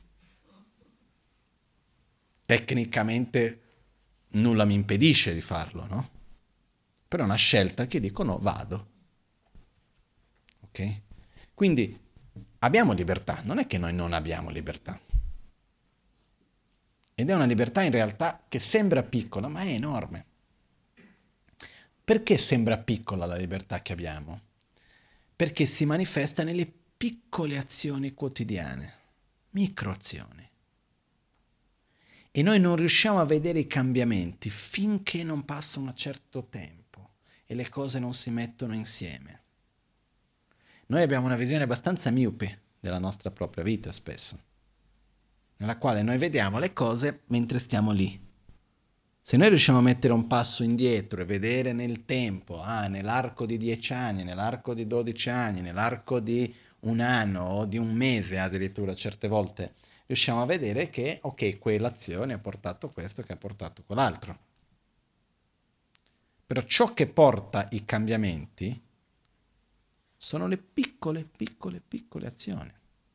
Tecnicamente nulla mi impedisce di farlo, no? Però è una scelta che dico no, vado. Ok? Quindi abbiamo libertà, non è che noi non abbiamo libertà. Ed è una libertà in realtà che sembra piccola, ma è enorme. Perché sembra piccola la libertà che abbiamo? Perché si manifesta nelle piccole azioni quotidiane, microazioni. E noi non riusciamo a vedere i cambiamenti finché non passa un certo tempo e le cose non si mettono insieme. Noi abbiamo una visione abbastanza miope della nostra propria vita spesso, nella quale noi vediamo le cose mentre stiamo lì. Se noi riusciamo a mettere un passo indietro e vedere nel tempo, ah, nell'arco di dieci anni, nell'arco di dodici anni, nell'arco di un anno o di un mese addirittura certe volte, riusciamo a vedere che, ok, quell'azione ha portato questo, che ha portato quell'altro. Però ciò che porta i cambiamenti sono le piccole, piccole, piccole azioni.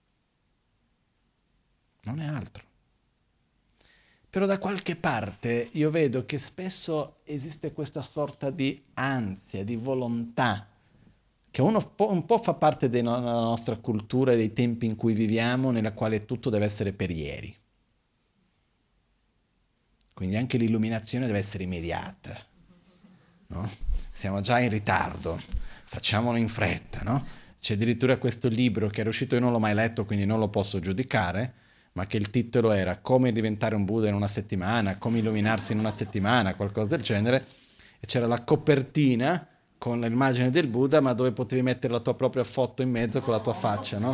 Non è altro. Però da qualche parte io vedo che spesso esiste questa sorta di ansia, di volontà, che uno po', un po' fa parte della nostra cultura e dei tempi in cui viviamo, nella quale tutto deve essere per ieri. Quindi anche l'illuminazione deve essere immediata, no? Siamo già in ritardo, facciamolo in fretta, no? C'è addirittura questo libro che era uscito, io non l'ho mai letto, quindi non lo posso giudicare, ma che il titolo era Come diventare un Buddha in una settimana, come illuminarsi in una settimana, qualcosa del genere, e c'era la copertina con l'immagine del Buddha, ma dove potevi mettere la tua propria foto in mezzo con la tua faccia, no?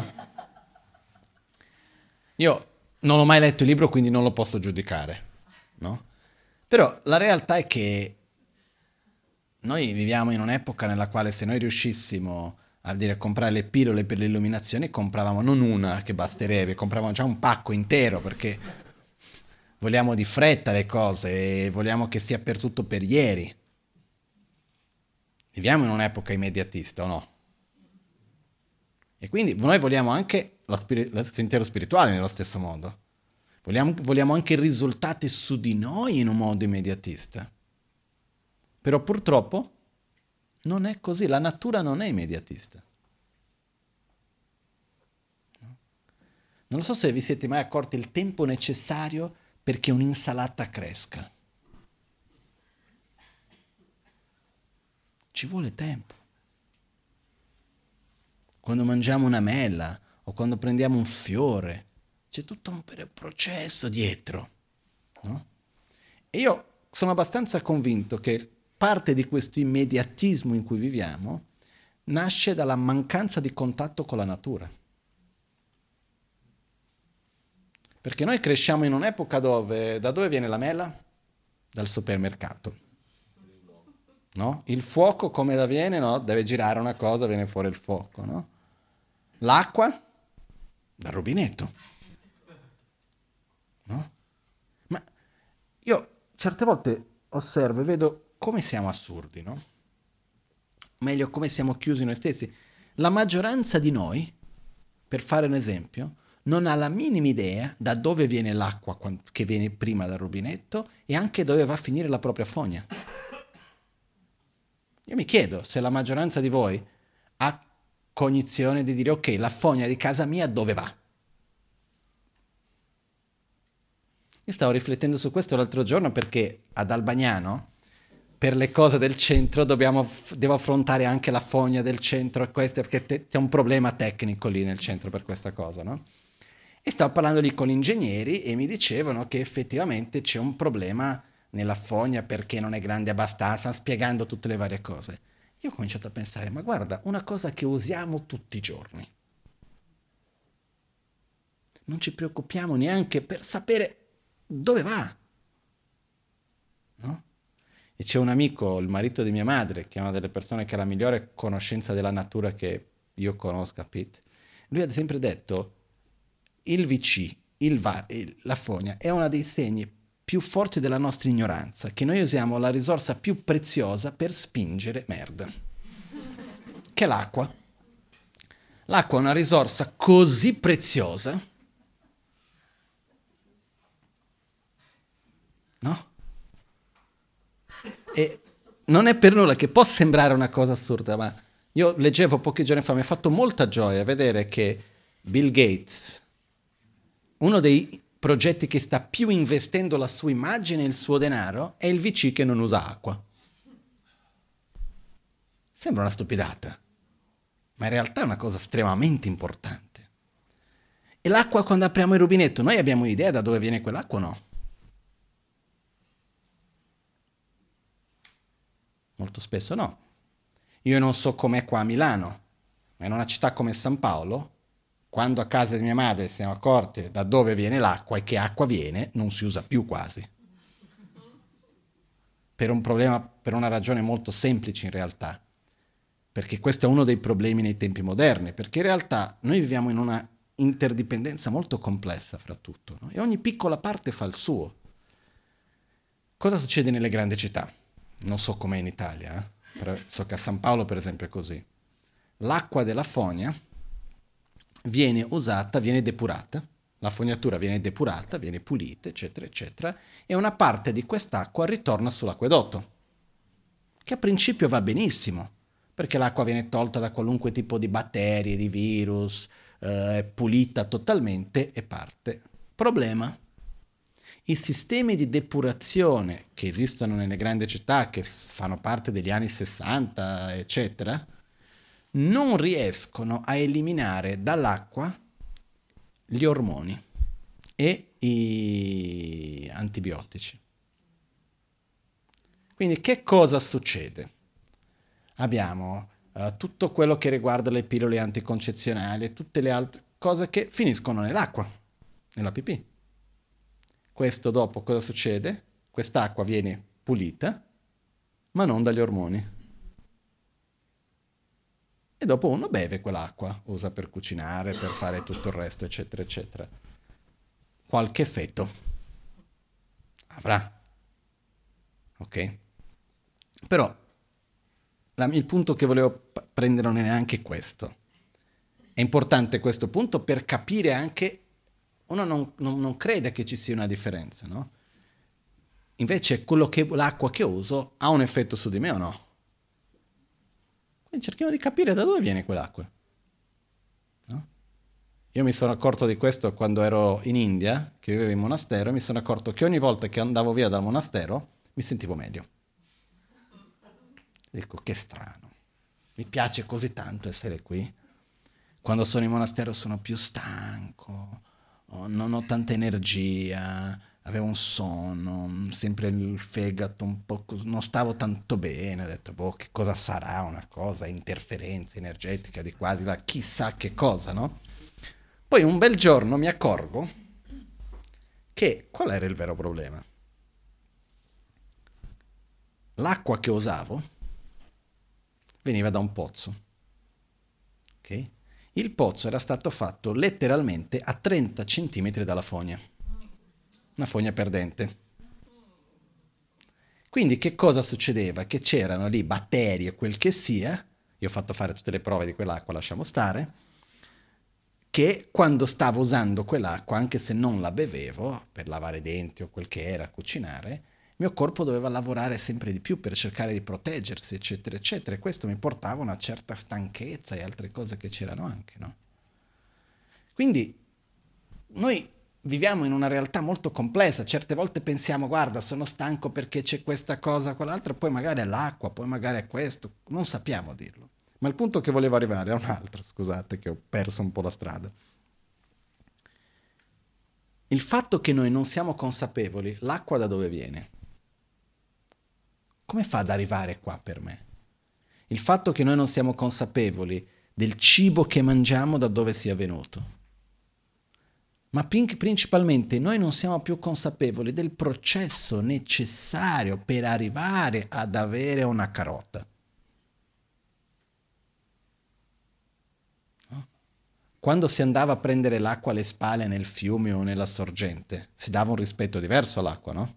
Io non ho mai letto il libro, quindi non lo posso giudicare, no? Però la realtà è che noi viviamo in un'epoca nella quale se noi riuscissimo a dire comprare le pillole per l'illuminazione, compravamo non una che basterebbe, compravamo già un pacco intero perché vogliamo di fretta le cose e vogliamo che sia per tutto per ieri. Viviamo in un'epoca immediatista, o no? E quindi noi vogliamo anche lo spir- il sentiero spirituale nello stesso modo. Vogliamo, vogliamo anche risultati su di noi in un modo immediatista. Però purtroppo non è così, la natura non è immediatista. Non so se vi siete mai accorti il tempo necessario perché un'insalata cresca. Ci vuole tempo. Quando mangiamo una mela o quando prendiamo un fiore, c'è tutto un processo dietro, no? E io sono abbastanza convinto che parte di questo immediatismo in cui viviamo nasce dalla mancanza di contatto con la natura. Perché noi cresciamo in un'epoca dove, da dove viene la mela? Dal supermercato. No? Il fuoco come avviene? No? Deve girare una cosa, viene fuori il fuoco. No? L'acqua? Dal rubinetto. No? Ma io certe volte osservo e vedo come siamo assurdi, no? Meglio, come siamo chiusi noi stessi. La maggioranza di noi, per fare un esempio, non ha la minima idea da dove viene l'acqua che viene prima dal rubinetto e anche dove va a finire la propria fogna. Io mi chiedo se la maggioranza di voi ha cognizione di dire ok, la fogna di casa mia dove va? Io stavo riflettendo su questo l'altro giorno perché ad Albagnano, per le cose del centro, dobbiamo, devo affrontare anche la fogna del centro e questo perché te, c'è un problema tecnico lì nel centro per questa cosa, no? E stavo parlando lì con gli ingegneri e mi dicevano che effettivamente c'è un problema nella fogna perché non è grande abbastanza, spiegando tutte le varie cose. Io ho cominciato a pensare, ma guarda, una cosa che usiamo tutti i giorni. Non ci preoccupiamo neanche per sapere dove va. No? E c'è un amico, il marito di mia madre, che è una delle persone che ha la migliore conoscenza della natura che io conosca, Pete. Lui ha sempre detto, il V C, il va, il, la fogna, è uno dei segni più forti della nostra ignoranza, che noi usiamo la risorsa più preziosa per spingere merda, che è l'acqua. L'acqua è una risorsa così preziosa, no? E non è per nulla che può sembrare una cosa assurda, ma io leggevo pochi giorni fa, mi ha fatto molta gioia vedere che Bill Gates, uno dei progetti che sta più investendo la sua immagine e il suo denaro, è il V C che non usa acqua. Sembra una stupidata, ma in realtà è una cosa estremamente importante. E l'acqua, quando apriamo il rubinetto, noi abbiamo un'idea da dove viene quell'acqua o no? Molto spesso no. Io non so com'è qua a Milano, ma in una città come San Paolo, quando a casa di mia madre siamo accorti da dove viene l'acqua e che acqua viene, non si usa più quasi. Per un problema, per una ragione molto semplice in realtà. Perché questo è uno dei problemi nei tempi moderni, perché in realtà noi viviamo in una interdipendenza molto complessa fra tutto, no? E ogni piccola parte fa il suo. Cosa succede nelle grandi città? Non so com'è in Italia, eh? Però so che a San Paolo per esempio è così. L'acqua della fogna viene usata, viene depurata, la fognatura viene depurata, viene pulita, eccetera, eccetera, e una parte di quest'acqua ritorna sull'acquedotto, che a principio va benissimo, perché l'acqua viene tolta da qualunque tipo di batterie, di virus, eh, è pulita totalmente e parte. Problema. I sistemi di depurazione che esistono nelle grandi città, che fanno parte degli anni sessanta, eccetera, non riescono a eliminare dall'acqua gli ormoni e i antibiotici. Quindi che cosa succede? Abbiamo uh, tutto quello che riguarda le pillole anticoncezionali e tutte le altre cose che finiscono nell'acqua, nella pipì. Questo dopo cosa succede? Quest'acqua viene pulita, ma non dagli ormoni. E dopo uno beve quell'acqua, usa per cucinare, per fare tutto il resto, eccetera, eccetera. Qualche effetto avrà. Ok? Però la, il punto che volevo p- prendere non è neanche questo. È importante questo punto per capire anche, uno non, non, non crede che ci sia una differenza, no? Invece quello che, l'acqua che uso ha un effetto su di me o no? Quindi cerchiamo di capire da dove viene quell'acqua. No? Io mi sono accorto di questo quando ero in India, che vivevo in monastero, e mi sono accorto che ogni volta che andavo via dal monastero mi sentivo meglio. Dico, che strano. Mi piace così tanto essere qui. Quando sono in monastero sono più stanco, oh, non ho tanta energia, avevo un sonno, sempre il fegato un po' cos- non stavo tanto bene, ho detto, boh, che cosa sarà una cosa, interferenza energetica di qua, di là, chissà che cosa, no? Poi un bel giorno mi accorgo che qual era il vero problema? L'acqua che usavo veniva da un pozzo, ok? Il pozzo era stato fatto letteralmente a trenta centimetri dalla fogna, una fogna perdente. Quindi che cosa succedeva? Che c'erano lì batteri o quel che sia, io ho fatto fare tutte le prove di quell'acqua, lasciamo stare, che quando stavo usando quell'acqua, anche se non la bevevo, per lavare i denti o quel che era, cucinare, il mio corpo doveva lavorare sempre di più per cercare di proteggersi, eccetera, eccetera. E questo mi portava a una certa stanchezza e altre cose che c'erano anche, no? Quindi noi viviamo in una realtà molto complessa, certe volte pensiamo, guarda, sono stanco perché c'è questa cosa, quell'altra, poi magari è l'acqua, poi magari è questo, non sappiamo dirlo. Ma il punto che volevo arrivare è un altro, scusate che ho perso un po' la strada. Il fatto che noi non siamo consapevoli, l'acqua da dove viene? Come fa ad arrivare qua per me? Il fatto che noi non siamo consapevoli del cibo che mangiamo da dove sia venuto. Ma principalmente noi non siamo più consapevoli del processo necessario per arrivare ad avere una carota. No? Quando si andava a prendere l'acqua alle spale nel fiume o nella sorgente, si dava un rispetto diverso all'acqua, no?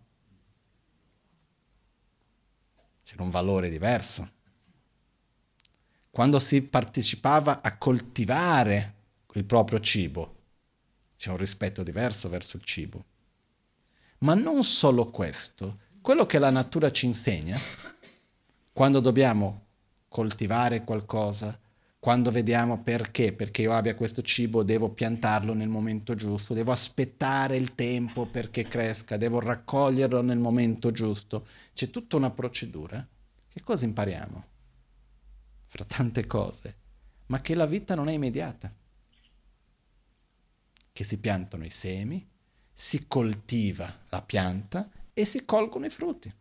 C'era un valore diverso. Quando si partecipava a coltivare il proprio cibo, c'è un rispetto diverso verso il cibo. Ma non solo questo, quello che la natura ci insegna, quando dobbiamo coltivare qualcosa, quando vediamo perché, perché io abbia questo cibo devo piantarlo nel momento giusto, devo aspettare il tempo perché cresca, devo raccoglierlo nel momento giusto, c'è tutta una procedura. Che cosa impariamo? Fra tante cose, ma che la vita non è immediata, che si piantano i semi, si coltiva la pianta e si colgono i frutti.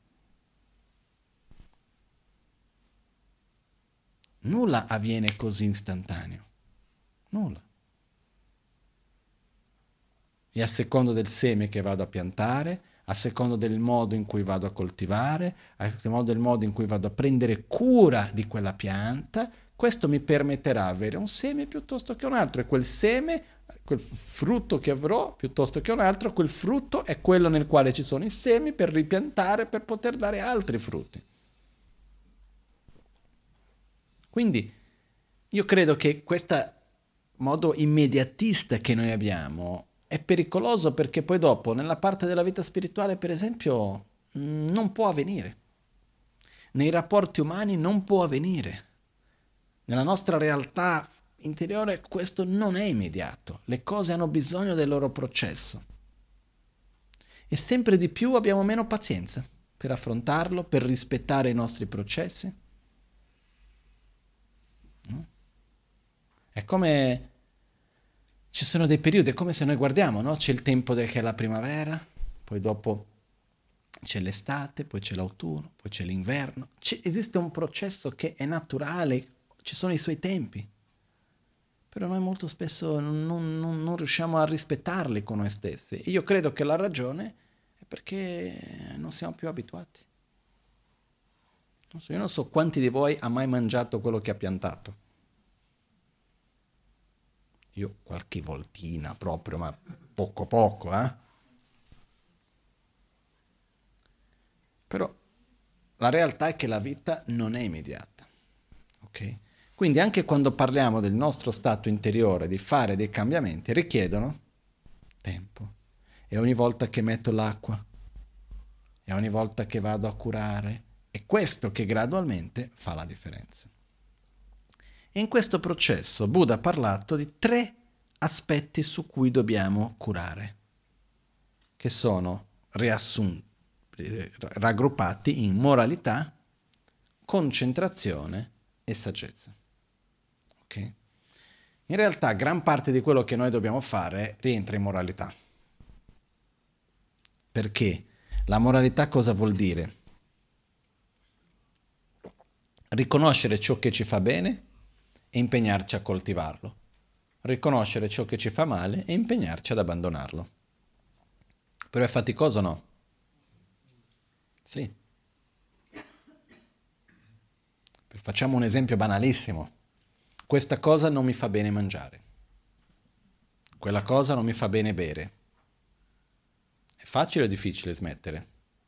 Nulla avviene così istantaneo, nulla. E a secondo del seme che vado a piantare, a secondo del modo in cui vado a coltivare, a secondo del modo in cui vado a prendere cura di quella pianta, questo mi permetterà di avere un seme piuttosto che un altro e quel seme, quel frutto che avrò piuttosto che un altro, quel frutto è quello nel quale ci sono i semi per ripiantare per poter dare altri frutti. Quindi io credo che questo modo immediatista che noi abbiamo è pericoloso perché poi dopo nella parte della vita spirituale, per esempio, non può avvenire. Nei rapporti umani non può avvenire. Nella nostra realtà interiore questo non è immediato. Le cose hanno bisogno del loro processo. E sempre di più abbiamo meno pazienza per affrontarlo, per rispettare i nostri processi. No? È come ci sono dei periodi, è come se noi guardiamo, no? C'è il tempo che è la primavera, poi dopo c'è l'estate, poi c'è l'autunno, poi c'è l'inverno. C'è, esiste un processo che è naturale, ci sono i suoi tempi. Però noi molto spesso non, non, non riusciamo a rispettarli con noi stessi. E io credo che la ragione è perché non siamo più abituati. Non so, io non so quanti di voi ha mai mangiato quello che ha piantato. Io qualche voltina proprio, ma poco poco, eh? Però la realtà è che la vita non è immediata, ok? Quindi anche quando parliamo del nostro stato interiore, di fare dei cambiamenti, richiedono tempo. E ogni volta che metto l'acqua, e ogni volta che vado a curare, è questo che gradualmente fa la differenza. E in questo processo Buddha ha parlato di tre aspetti su cui dobbiamo curare, che sono riassunti, raggruppati in moralità, concentrazione e saggezza. Okay? In realtà gran parte di quello che noi dobbiamo fare rientra in moralità. Perché? La moralità cosa vuol dire? Riconoscere ciò che ci fa bene e impegnarci a coltivarlo. Riconoscere ciò che ci fa male e impegnarci ad abbandonarlo. Però è faticoso o no? Sì. Facciamo un esempio banalissimo. Questa cosa non mi fa bene mangiare. Quella cosa non mi fa bene bere. È facile o difficile smettere?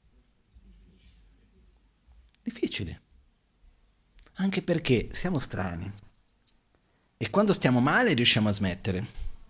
Difficile. Anche perché siamo strani. E quando stiamo male riusciamo a smettere.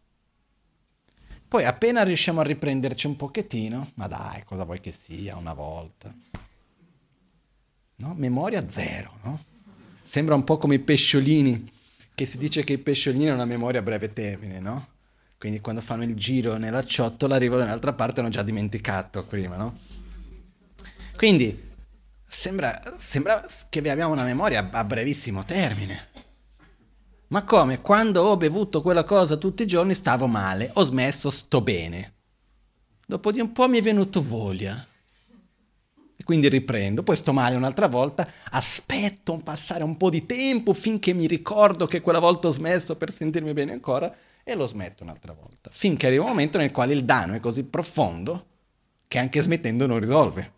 Poi appena riusciamo a riprenderci un pochettino, ma dai, cosa vuoi che sia una volta? No? Memoria zero, no? Sembra un po' come i pesciolini, che si dice che i pesciolini hanno una memoria a breve termine, no? Quindi quando fanno il giro nella ciotola arrivano dall'altra parte e hanno già dimenticato prima, no? Quindi sembra, sembra che abbiamo una memoria a brevissimo termine. Ma come? Quando ho bevuto quella cosa tutti i giorni stavo male, ho smesso, sto bene. Dopo di un po' mi è venuto voglia. E quindi riprendo, poi sto male un'altra volta, aspetto un passare un po' di tempo finché mi ricordo che quella volta ho smesso per sentirmi bene ancora e lo smetto un'altra volta. Finché arriva un momento nel quale il danno è così profondo che anche smettendo non risolve.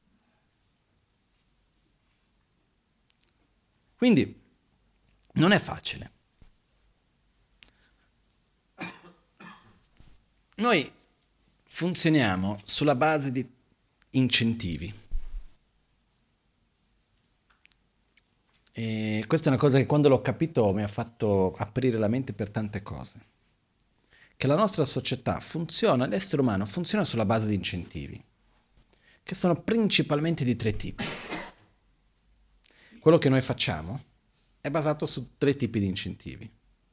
Quindi non è facile. Noi funzioniamo sulla base di incentivi. E questa è una cosa che quando l'ho capito mi ha fatto aprire la mente per tante cose. Che la nostra società funziona, l'essere umano funziona sulla base di incentivi, che sono principalmente di tre tipi. Quello che noi facciamo è basato su tre tipi di incentivi.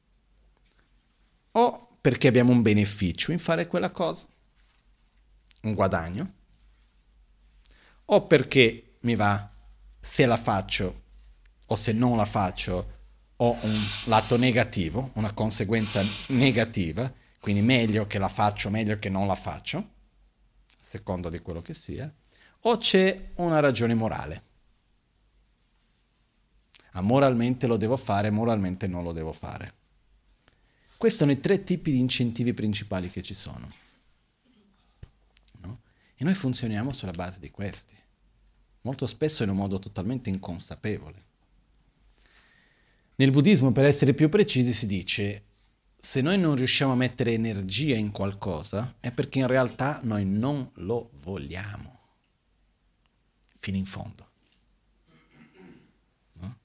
O perché abbiamo un beneficio in fare quella cosa, un guadagno, o perché mi va, se la faccio o se non la faccio, ho un lato negativo, una conseguenza negativa, quindi meglio che la faccio, meglio che non la faccio, a seconda di quello che sia, o c'è una ragione morale. Ah, moralmente lo devo fare, moralmente non lo devo fare. Questi sono i tre tipi di incentivi principali che ci sono. No? E noi funzioniamo sulla base di questi, molto spesso in un modo totalmente inconsapevole. Nel buddismo, per essere più precisi, si dice: se noi non riusciamo a mettere energia in qualcosa, è perché in realtà noi non lo vogliamo. Fino in fondo. No?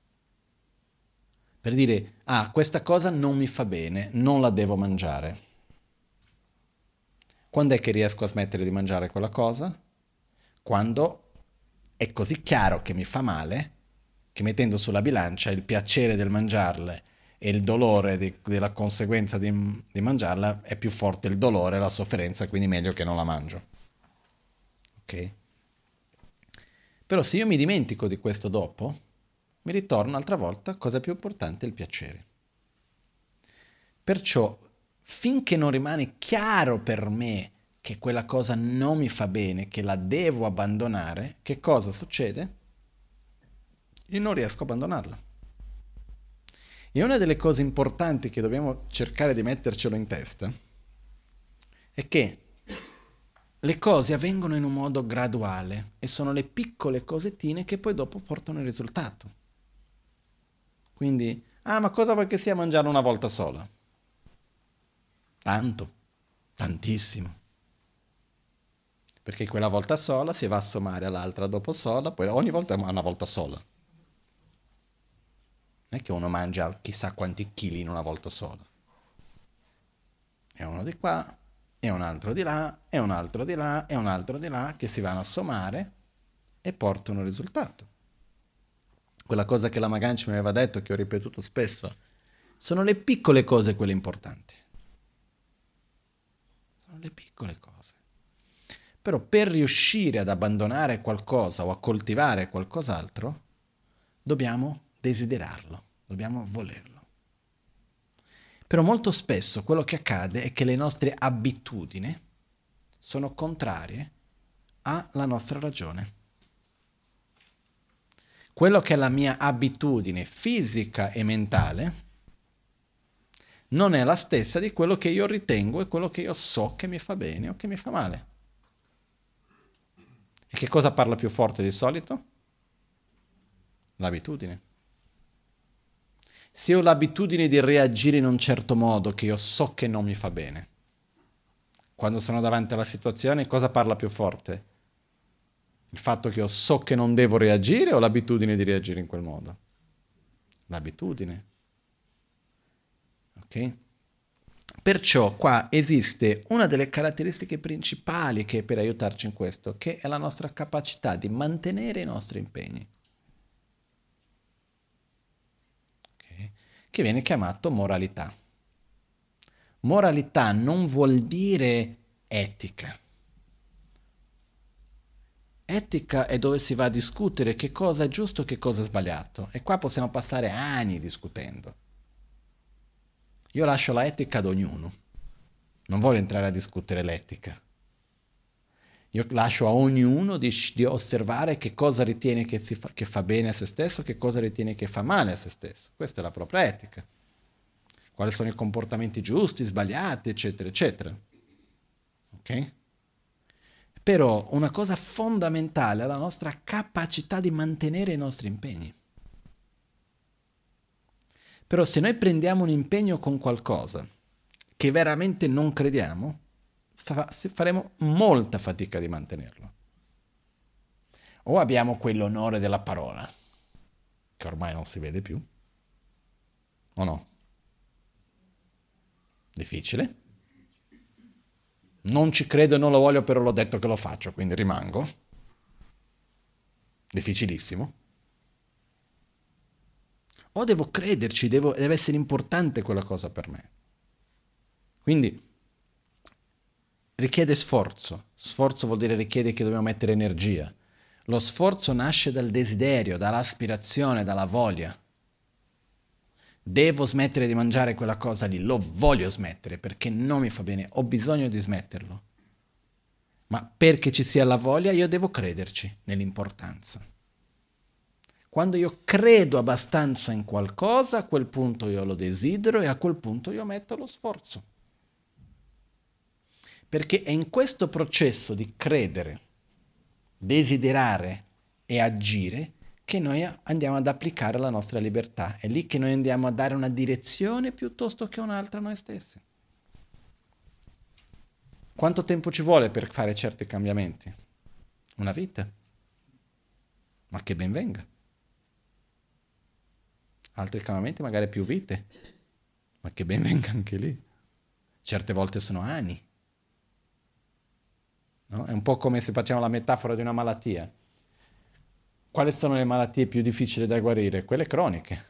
Per dire, ah, questa cosa non mi fa bene, non la devo mangiare. Quando è che riesco a smettere di mangiare quella cosa? Quando è così chiaro che mi fa male, che mettendo sulla bilancia il piacere del mangiarle e il dolore di, della conseguenza di, di mangiarla è più forte il dolore, la sofferenza, quindi meglio che non la mangio. Ok? Però se io mi dimentico di questo dopo, mi ritorno un'altra volta, cosa più importante, il piacere. Perciò, finché non rimane chiaro per me che quella cosa non mi fa bene, che la devo abbandonare, che cosa succede? Io non riesco a abbandonarla. E una delle cose importanti che dobbiamo cercare di mettercelo in testa è che le cose avvengono in un modo graduale e sono le piccole cosettine che poi dopo portano il risultato. Quindi, ah, ma cosa vuoi che sia mangiare una volta sola? Tanto, tantissimo. Perché quella volta sola si va a sommare all'altra dopo sola, poi ogni volta è una volta sola. Non è che uno mangia chissà quanti chili in una volta sola. È uno di qua, è un altro di là, è un altro di là, è un altro di là, che si vanno a sommare e portano un risultato. Quella cosa che la Maganci mi aveva detto, che ho ripetuto spesso, sono le piccole cose quelle importanti. Sono le piccole cose. Però per riuscire ad abbandonare qualcosa o a coltivare qualcos'altro, dobbiamo desiderarlo, dobbiamo volerlo. Però molto spesso quello che accade è che le nostre abitudini sono contrarie alla nostra ragione. Quello che è la mia abitudine fisica e mentale non è la stessa di quello che io ritengo e quello che io so che mi fa bene o che mi fa male. E che cosa parla più forte di solito? L'abitudine. Se ho l'abitudine di reagire in un certo modo che io so che non mi fa bene, quando sono davanti alla situazione, cosa parla più forte? Il fatto che io so che non devo reagire o l'abitudine di reagire in quel modo? L'abitudine. Ok? Perciò qua esiste una delle caratteristiche principali che è per aiutarci in questo, che è la nostra capacità di mantenere i nostri impegni. Okay? Che viene chiamato moralità. Moralità non vuol dire etica. Etica è dove si va a discutere che cosa è giusto e che cosa è sbagliato. E qua possiamo passare anni discutendo. Io lascio la etica ad ognuno. Non voglio entrare a discutere l'etica. Io lascio a ognuno di, di osservare che cosa ritiene che, si fa, che fa bene a se stesso, che cosa ritiene che fa male a se stesso. Questa è la propria etica. Quali sono i comportamenti giusti, sbagliati, eccetera, eccetera. Ok? Però una cosa fondamentale è la nostra capacità di mantenere i nostri impegni. Però se noi prendiamo un impegno con qualcosa che veramente non crediamo, fa- faremo molta fatica di mantenerlo. O abbiamo quell'onore della parola, che ormai non si vede più, o no? Difficile. Non ci credo e non lo voglio, però l'ho detto che lo faccio, quindi rimango. Difficilissimo. O devo crederci, devo, deve essere importante quella cosa per me. Quindi richiede sforzo. Sforzo vuol dire richiede che dobbiamo mettere energia. Lo sforzo nasce dal desiderio, dall'aspirazione, dalla voglia. Devo smettere di mangiare quella cosa lì, lo voglio smettere perché non mi fa bene, ho bisogno di smetterlo. Ma perché ci sia la voglia io devo crederci nell'importanza. Quando io credo abbastanza in qualcosa, a quel punto io lo desidero e a quel punto io metto lo sforzo. Perché è in questo processo di credere, desiderare e agire che noi andiamo ad applicare la nostra libertà. È lì che noi andiamo a dare una direzione piuttosto che un'altra a noi stessi. Quanto tempo ci vuole per fare certi cambiamenti? Una vita. Ma che ben venga. Altri cambiamenti magari più vite. Ma che ben venga anche lì. Certe volte sono anni. No? È un po' come se facciamo la metafora di una malattia. Quali sono le malattie più difficili da guarire? Quelle croniche.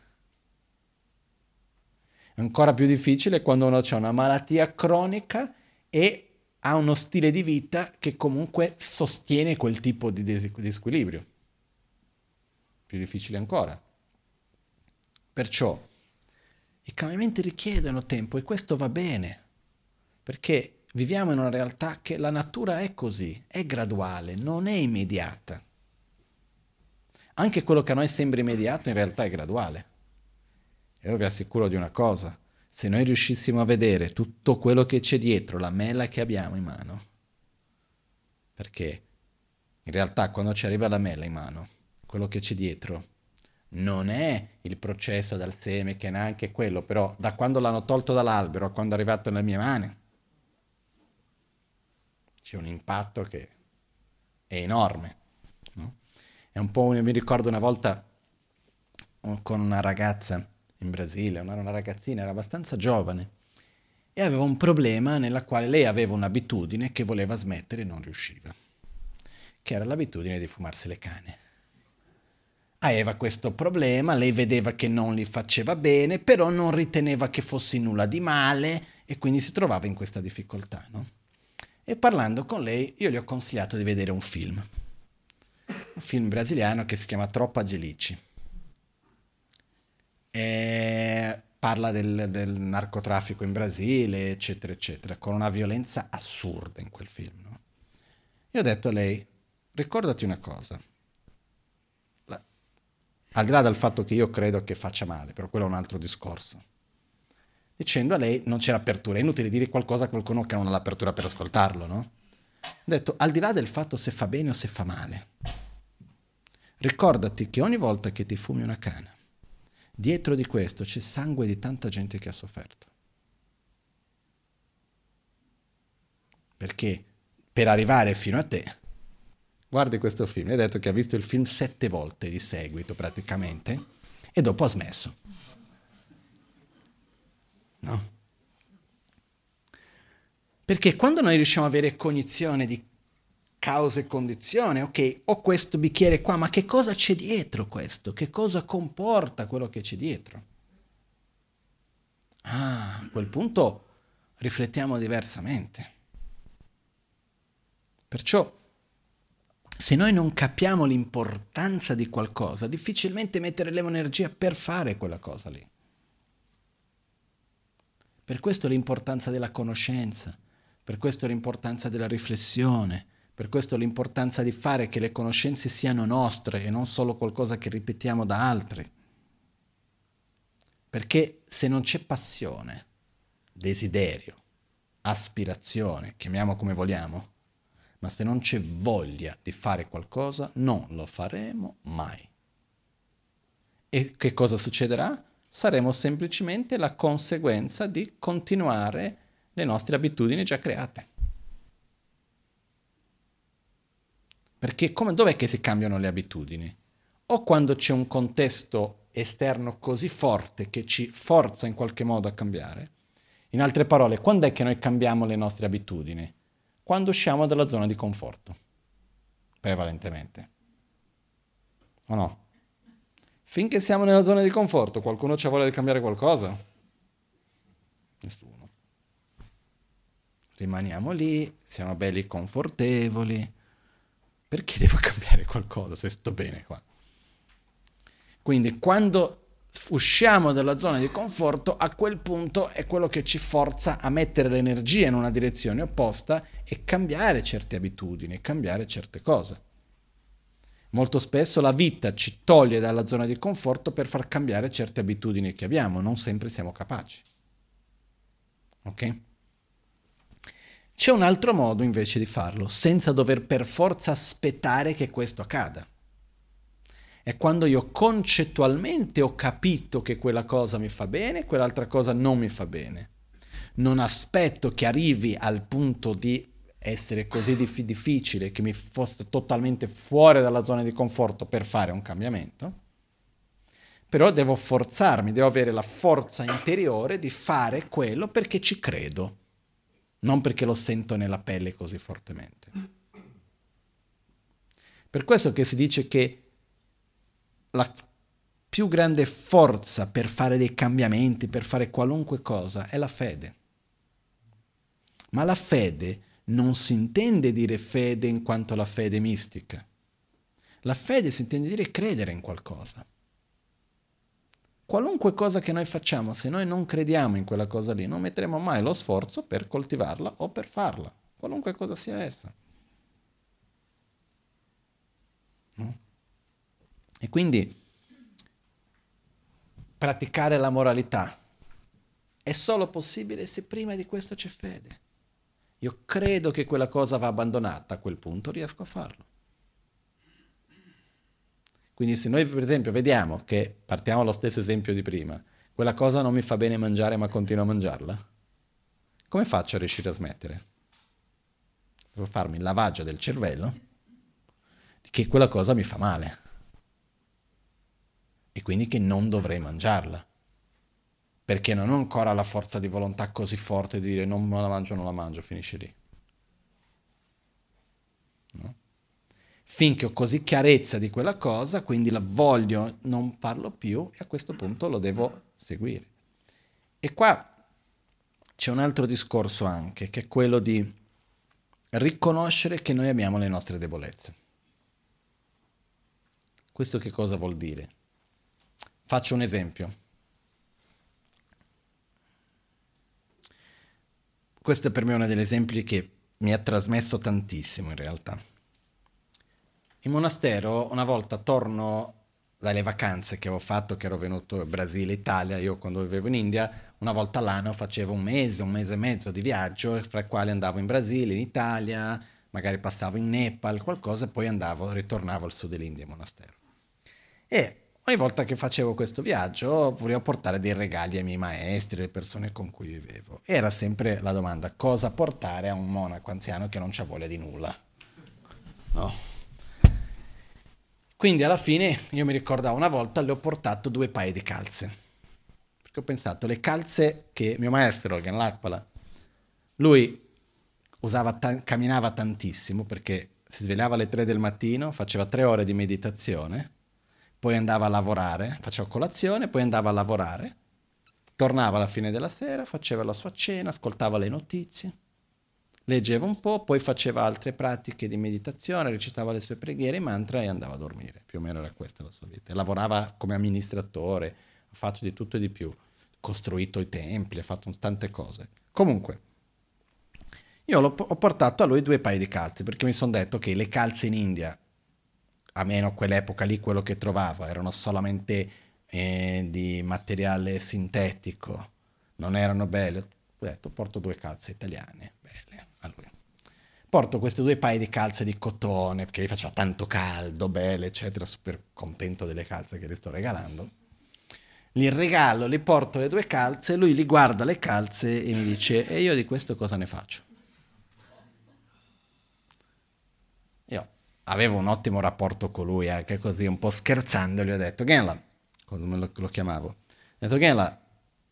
È ancora più difficile quando uno ha una malattia cronica e ha uno stile di vita che comunque sostiene quel tipo di disquilibrio. Più difficile ancora. Perciò i cambiamenti richiedono tempo e questo va bene, perché viviamo in una realtà che la natura è così, è graduale, non è immediata. Anche quello che a noi sembra immediato in realtà è graduale. E io vi assicuro di una cosa, se noi riuscissimo a vedere tutto quello che c'è dietro, la mela che abbiamo in mano, perché in realtà quando ci arriva la mela in mano, quello che c'è dietro non è il processo dal seme, che neanche quello, però da quando l'hanno tolto dall'albero a quando è arrivato nelle mie mani, c'è un impatto che è enorme. No? È un po', mi ricordo una volta con una ragazza in Brasile, non era una ragazzina, era abbastanza giovane, e aveva un problema nella quale lei aveva un'abitudine che voleva smettere e non riusciva, che era l'abitudine di fumarsi le canne. Aveva questo problema, lei vedeva che non gli faceva bene, però non riteneva che fosse nulla di male e quindi si trovava in questa difficoltà, no? E parlando con lei io gli ho consigliato di vedere un film, un film brasiliano che si chiama Troppa Gelici. E parla del, del narcotraffico in Brasile, eccetera, eccetera, con una violenza assurda in quel film, no? Io ho detto a lei, ricordati una cosa, la- al di là del fatto che io credo che faccia male, però quello è un altro discorso, dicendo a lei non c'è l'apertura, è inutile dire qualcosa a qualcuno che non ha l'apertura per ascoltarlo, no? Ho detto, al di là del fatto se fa bene o se fa male, ricordati che ogni volta che ti fumi una canna, dietro di questo c'è sangue di tanta gente che ha sofferto. Perché per arrivare fino a te, guardi questo film, hai detto che ha visto il film sette volte di seguito praticamente, e dopo ha smesso. No? Perché quando noi riusciamo ad avere cognizione di causa e condizione, ok, ho questo bicchiere qua, ma che cosa c'è dietro questo? Che cosa comporta quello che c'è dietro? Ah, a quel punto riflettiamo diversamente. Perciò, se noi non capiamo l'importanza di qualcosa, difficilmente metteremo energia per fare quella cosa lì. Per questo l'importanza della conoscenza, per questo l'importanza della riflessione, per questo l'importanza di fare che le conoscenze siano nostre e non solo qualcosa che ripetiamo da altri. Perché se non c'è passione, desiderio, aspirazione, chiamiamo come vogliamo, ma se non c'è voglia di fare qualcosa, non lo faremo mai. E che cosa succederà? Saremo semplicemente la conseguenza di continuare le nostre abitudini già create. Perché come, dov'è che si cambiano le abitudini? O quando c'è un contesto esterno così forte che ci forza in qualche modo a cambiare. In altre parole, quando è che noi cambiamo le nostre abitudini? Quando usciamo dalla zona di conforto, prevalentemente. O no? Finché siamo nella zona di conforto, qualcuno ci ha voglia di cambiare qualcosa? Nessuno. Rimaniamo lì, siamo belli confortevoli. Perché devo cambiare qualcosa se sto bene qua? Quindi quando usciamo dalla zona di conforto, a quel punto è quello che ci forza a mettere l'energia in una direzione opposta e cambiare certe abitudini, cambiare certe cose. Molto spesso la vita ci toglie dalla zona di conforto per far cambiare certe abitudini che abbiamo, non sempre siamo capaci. Ok? C'è un altro modo invece di farlo, senza dover per forza aspettare che questo accada. È quando io concettualmente ho capito che quella cosa mi fa bene, quell'altra cosa non mi fa bene. Non aspetto che arrivi al punto di essere così dif- difficile che mi fosse totalmente fuori dalla zona di conforto per fare un cambiamento, però devo forzarmi, devo avere la forza interiore di fare quello perché ci credo, non perché lo sento nella pelle così fortemente. Per questo che si dice che la più grande forza per fare dei cambiamenti, per fare qualunque cosa, è la fede. Ma la fede non si intende dire fede in quanto la fede mistica. La fede si intende dire credere in qualcosa. Qualunque cosa che noi facciamo, se noi non crediamo in quella cosa lì, non metteremo mai lo sforzo per coltivarla o per farla, qualunque cosa sia essa. No? E quindi praticare la moralità è solo possibile se prima di questo c'è fede. Io credo che quella cosa va abbandonata, a quel punto riesco a farlo. Quindi se noi per esempio vediamo che, partiamo dallo stesso esempio di prima, quella cosa non mi fa bene mangiare ma continuo a mangiarla, come faccio a riuscire a smettere? Devo farmi il lavaggio del cervello che quella cosa mi fa male e quindi che non dovrei mangiarla. Perché non ho ancora la forza di volontà così forte di dire non la mangio, non la mangio, finisce lì. No? Finché ho così chiarezza di quella cosa, quindi la voglio non farlo più e a questo punto lo devo seguire. E qua c'è un altro discorso anche, che è quello di riconoscere che noi abbiamo le nostre debolezze. Questo che cosa vuol dire? Faccio un esempio. questo è per me uno degli esempi che mi ha trasmesso tantissimo in realtà. In monastero una volta torno dalle vacanze che avevo fatto, che ero venuto in Brasile, Italia, io quando vivevo in India, una volta all'anno facevo un mese, un mese e mezzo di viaggio, fra i quali andavo in Brasile, in Italia, magari passavo in Nepal, qualcosa, e poi andavo, ritornavo al sud dell'India in monastero. E ogni volta che facevo questo viaggio volevo portare dei regali ai miei maestri, alle persone con cui vivevo. Era sempre la domanda: cosa portare a un monaco anziano che non c'ha voglia di nulla? No? Quindi alla fine io mi ricordavo una volta le ho portato due paia di calze. Perché ho pensato, le calze che mio maestro, Gan Lakpala, lui usava ta- camminava tantissimo perché si svegliava alle tre del mattino, faceva tre ore di meditazione, poi andava a lavorare, faceva colazione, poi andava a lavorare, tornava alla fine della sera, faceva la sua cena, ascoltava le notizie, leggeva un po', poi faceva altre pratiche di meditazione, recitava le sue preghiere, i mantra e andava a dormire. Più o meno era questa la sua vita. E lavorava come amministratore, ha fatto di tutto e di più, costruito i templi, ha fatto tante cose. Comunque, io l'ho, ho portato a lui due paia di calze, perché mi sono detto che le calze in India, a meno quell'epoca lì, quello che trovavo, erano solamente eh, di materiale sintetico, non erano belle. Ho detto, porto due calze italiane, belle, a lui. Porto queste due paia di calze di cotone, perché gli faceva tanto caldo, belle, eccetera, super contento delle calze che le sto regalando. Gli regalo, gli porto le due calze, lui li guarda le calze e mi dice, e io di questo cosa ne faccio? Io avevo un ottimo rapporto con lui, anche così, un po' scherzando, gli ho detto, Genla, come lo, lo chiamavo, ho detto, Genla,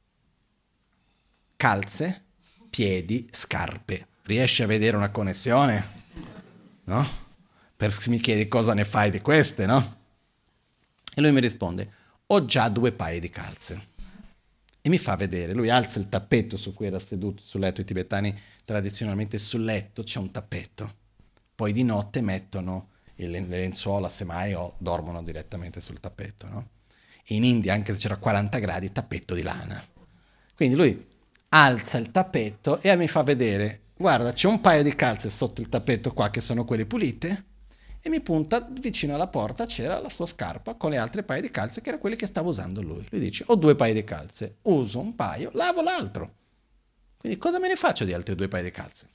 calze, piedi, scarpe. Riesci a vedere una connessione? No? Perché mi chiedi cosa ne fai di queste, no? E lui mi risponde, ho già due paia di calze. E mi fa vedere, lui alza il tappeto su cui era seduto sul letto, i tibetani tradizionalmente sul letto c'è un tappeto. Poi di notte mettono le lenzuola, semmai, o dormono direttamente sul tappeto, no? E in India, anche se c'era quaranta gradi, tappeto di lana. Quindi lui alza il tappeto e mi fa vedere, guarda, c'è un paio di calze sotto il tappeto qua che sono quelle pulite, e mi punta vicino alla porta, c'era la sua scarpa con le altre paia di calze che erano quelle che stava usando lui. Lui dice, ho due paia di calze, uso un paio, lavo l'altro. Quindi cosa me ne faccio di altre due paia di calze?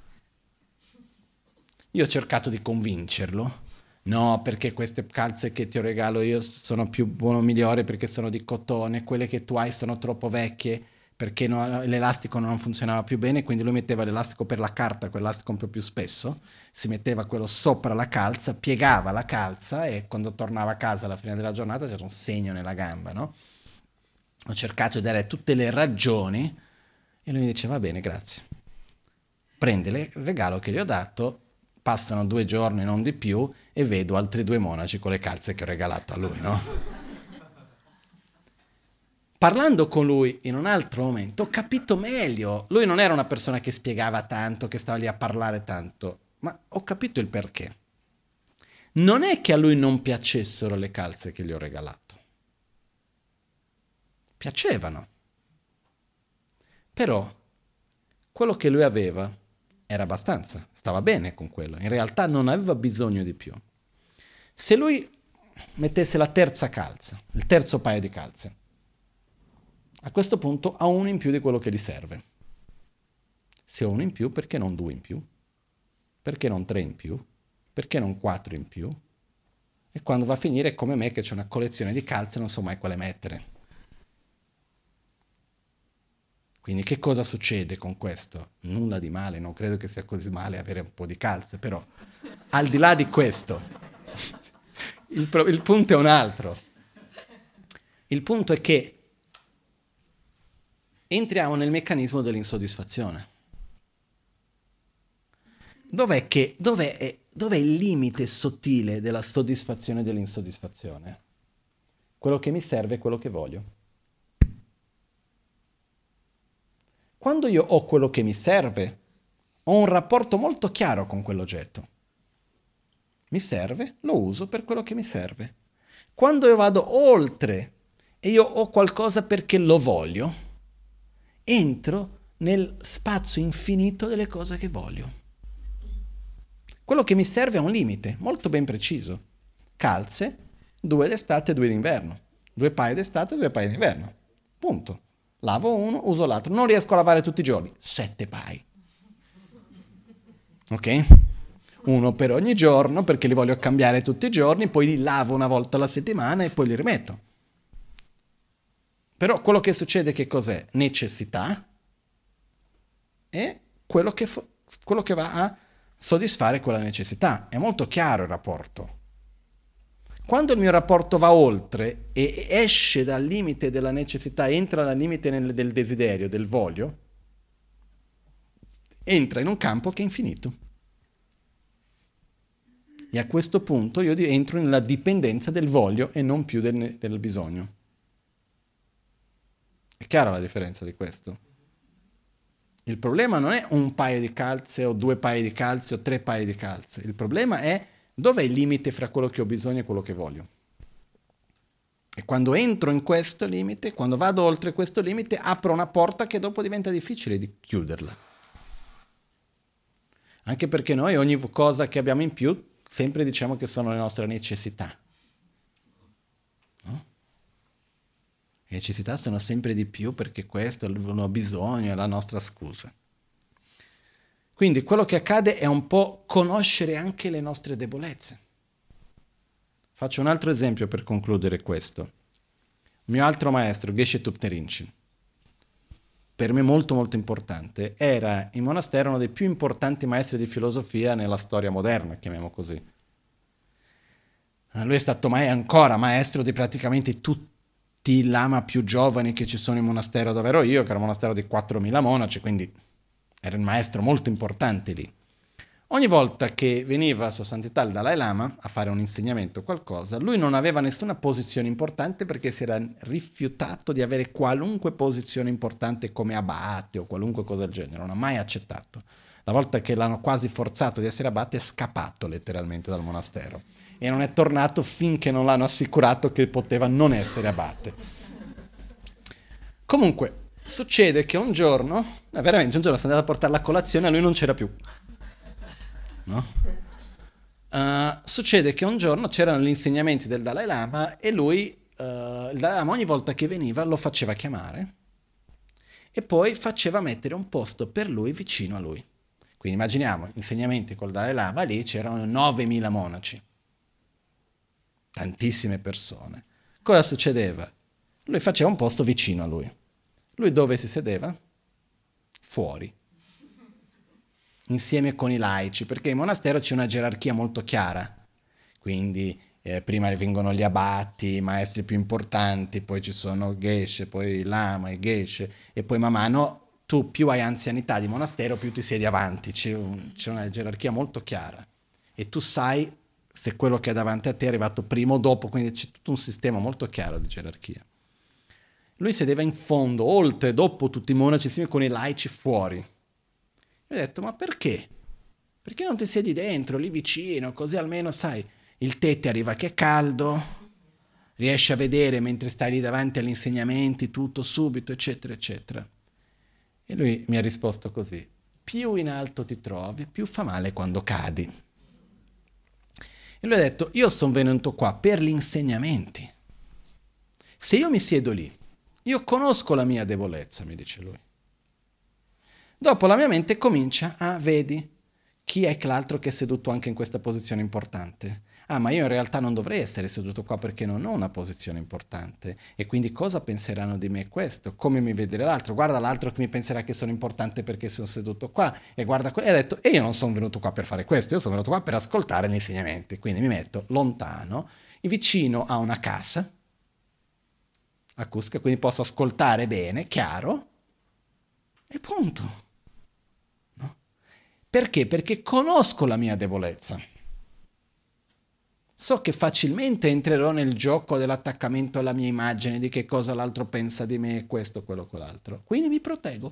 Io ho cercato di convincerlo, no, perché queste calze che ti regalo io sono più buone, migliori perché sono di cotone, quelle che tu hai sono troppo vecchie, perché no, l'elastico non funzionava più bene, quindi lui metteva l'elastico per la carta, quell'elastico un po' più spesso, si metteva quello sopra la calza, piegava la calza e quando tornava a casa alla fine della giornata c'era un segno nella gamba, no? Ho cercato di dare tutte le ragioni e lui mi diceva, va bene, grazie. Prende il regalo che gli ho dato, passano due giorni, non di più, e vedo altri due monaci con le calze che ho regalato a lui, no? Parlando con lui in un altro momento ho capito meglio. Lui non era una persona che spiegava tanto, che stava lì a parlare tanto, ma ho capito il perché. Non è che a lui non piacessero le calze che gli ho regalato. Piacevano. Però quello che lui aveva era abbastanza, stava bene con quello. In realtà non aveva bisogno di più. Se lui mettesse la terza calza, il terzo paio di calze, a questo punto ha uno in più di quello che gli serve. Se ho uno in più, perché non due in più? Perché non tre in più? Perché non quattro in più? E quando va a finire è come me che c'è una collezione di calze e non so mai quale mettere. Quindi che cosa succede con questo? Nulla di male, non credo che sia così male avere un po' di calze, però al di là di questo, il, pro- il punto è un altro. Il punto è che entriamo nel meccanismo dell'insoddisfazione. Dov'è, che, dov'è, è, dov'è il limite sottile della soddisfazione e dell'insoddisfazione? Quello che mi serve è quello che voglio. Quando io ho quello che mi serve, ho un rapporto molto chiaro con quell'oggetto. Mi serve, lo uso per quello che mi serve. Quando io vado oltre e io ho qualcosa perché lo voglio, entro nel spazio infinito delle cose che voglio. Quello che mi serve ha un limite molto ben preciso. Calze, due d'estate e due d'inverno. Due paia d'estate e due paia d'inverno. Punto. Lavo uno, uso l'altro. Non riesco a lavare tutti i giorni. Sette paia. Ok? Uno per ogni giorno perché li voglio cambiare tutti i giorni, poi li lavo una volta alla settimana e poi li rimetto. Però quello che succede che cos'è? Necessità e quello che, fo- quello che va a soddisfare quella necessità. È molto chiaro il rapporto. Quando il mio rapporto va oltre e esce dal limite della necessità, entra dal limite nel- del desiderio, del voglio, entra in un campo che è infinito. E a questo punto io entro nella dipendenza del voglio e non più del, del bisogno. È chiara la differenza di questo? Il problema non è un paio di calze o due paia di calze o tre paia di calze. Il problema è dov'è il limite fra quello che ho bisogno e quello che voglio. E quando entro in questo limite, quando vado oltre questo limite, apro una porta che dopo diventa difficile di chiuderla. Anche perché noi ogni cosa che abbiamo in più sempre diciamo che sono le nostre necessità. No? Le necessità sono sempre di più perché questo non ho bisogno, è la nostra scusa. Quindi quello che accade è un po' conoscere anche le nostre debolezze. Faccio un altro esempio per concludere questo. Il mio altro maestro, Geshe Thupten Rinchen, per me molto molto importante, era in monastero uno dei più importanti maestri di filosofia nella storia moderna, chiamiamo così. Lui è stato mai ancora maestro di praticamente tutti i lama più giovani che ci sono in monastero dove ero io, che era un monastero di quattromila monaci, quindi era il maestro molto importante lì. Ogni volta che veniva Sua Santità il Dalai Lama a fare un insegnamento o qualcosa, lui non aveva nessuna posizione importante perché si era rifiutato di avere qualunque posizione importante come abate o qualunque cosa del genere, non ha mai accettato. La volta che l'hanno quasi forzato di essere abate è scappato letteralmente dal monastero e non è tornato finché non l'hanno assicurato che poteva non essere abate. Comunque, succede che un giorno, veramente un giorno sono andato a portare la colazione e lui non c'era più. No? Uh, succede che un giorno c'erano gli insegnamenti del Dalai Lama e lui, uh, il Dalai Lama ogni volta che veniva lo faceva chiamare e poi faceva mettere un posto per lui vicino a lui. Quindi immaginiamo, insegnamenti col Dalai Lama, lì c'erano novemila monaci, tantissime persone. Cosa succedeva? Lui faceva un posto vicino a lui. Lui dove si sedeva? Fuori. Insieme con i laici, perché in monastero c'è una gerarchia molto chiara, quindi eh, prima vengono gli abati, i maestri più importanti, poi ci sono geshe, poi i lama, i geshe, e poi man mano tu più hai anzianità di monastero più ti siedi avanti, c'è, un, c'è una gerarchia molto chiara e tu sai se quello che è davanti a te è arrivato prima o dopo, quindi c'è tutto un sistema molto chiaro di gerarchia. Lui sedeva in fondo, oltre, dopo tutti i monaci, insieme con i laici fuori. E ho detto, ma perché? Perché non ti siedi dentro, lì vicino, così almeno sai, il tè ti arriva che è caldo, riesci a vedere mentre stai lì davanti agli insegnamenti tutto subito, eccetera, eccetera. E lui mi ha risposto così, più in alto ti trovi, più fa male quando cadi. E lui ha detto, io sono venuto qua per gli insegnamenti. Se io mi siedo lì, io conosco la mia debolezza, mi dice lui. Dopo la mia mente comincia, ah, vedi, chi è l'altro che è seduto anche in questa posizione importante? Ah, ma io in realtà non dovrei essere seduto qua perché non ho una posizione importante. E quindi cosa penseranno di me questo? Come mi vedere l'altro? Guarda l'altro che mi penserà che sono importante perché sono seduto qua. E guarda que- e ha detto, e io non sono venuto qua per fare questo, io sono venuto qua per ascoltare gli insegnamenti. Quindi mi metto lontano, vicino a una casa acustica, quindi posso ascoltare bene, chiaro, e punto. Perché? Perché conosco la mia debolezza. So che facilmente entrerò nel gioco dell'attaccamento alla mia immagine, di che cosa l'altro pensa di me, questo, quello, quell'altro. Quindi mi proteggo.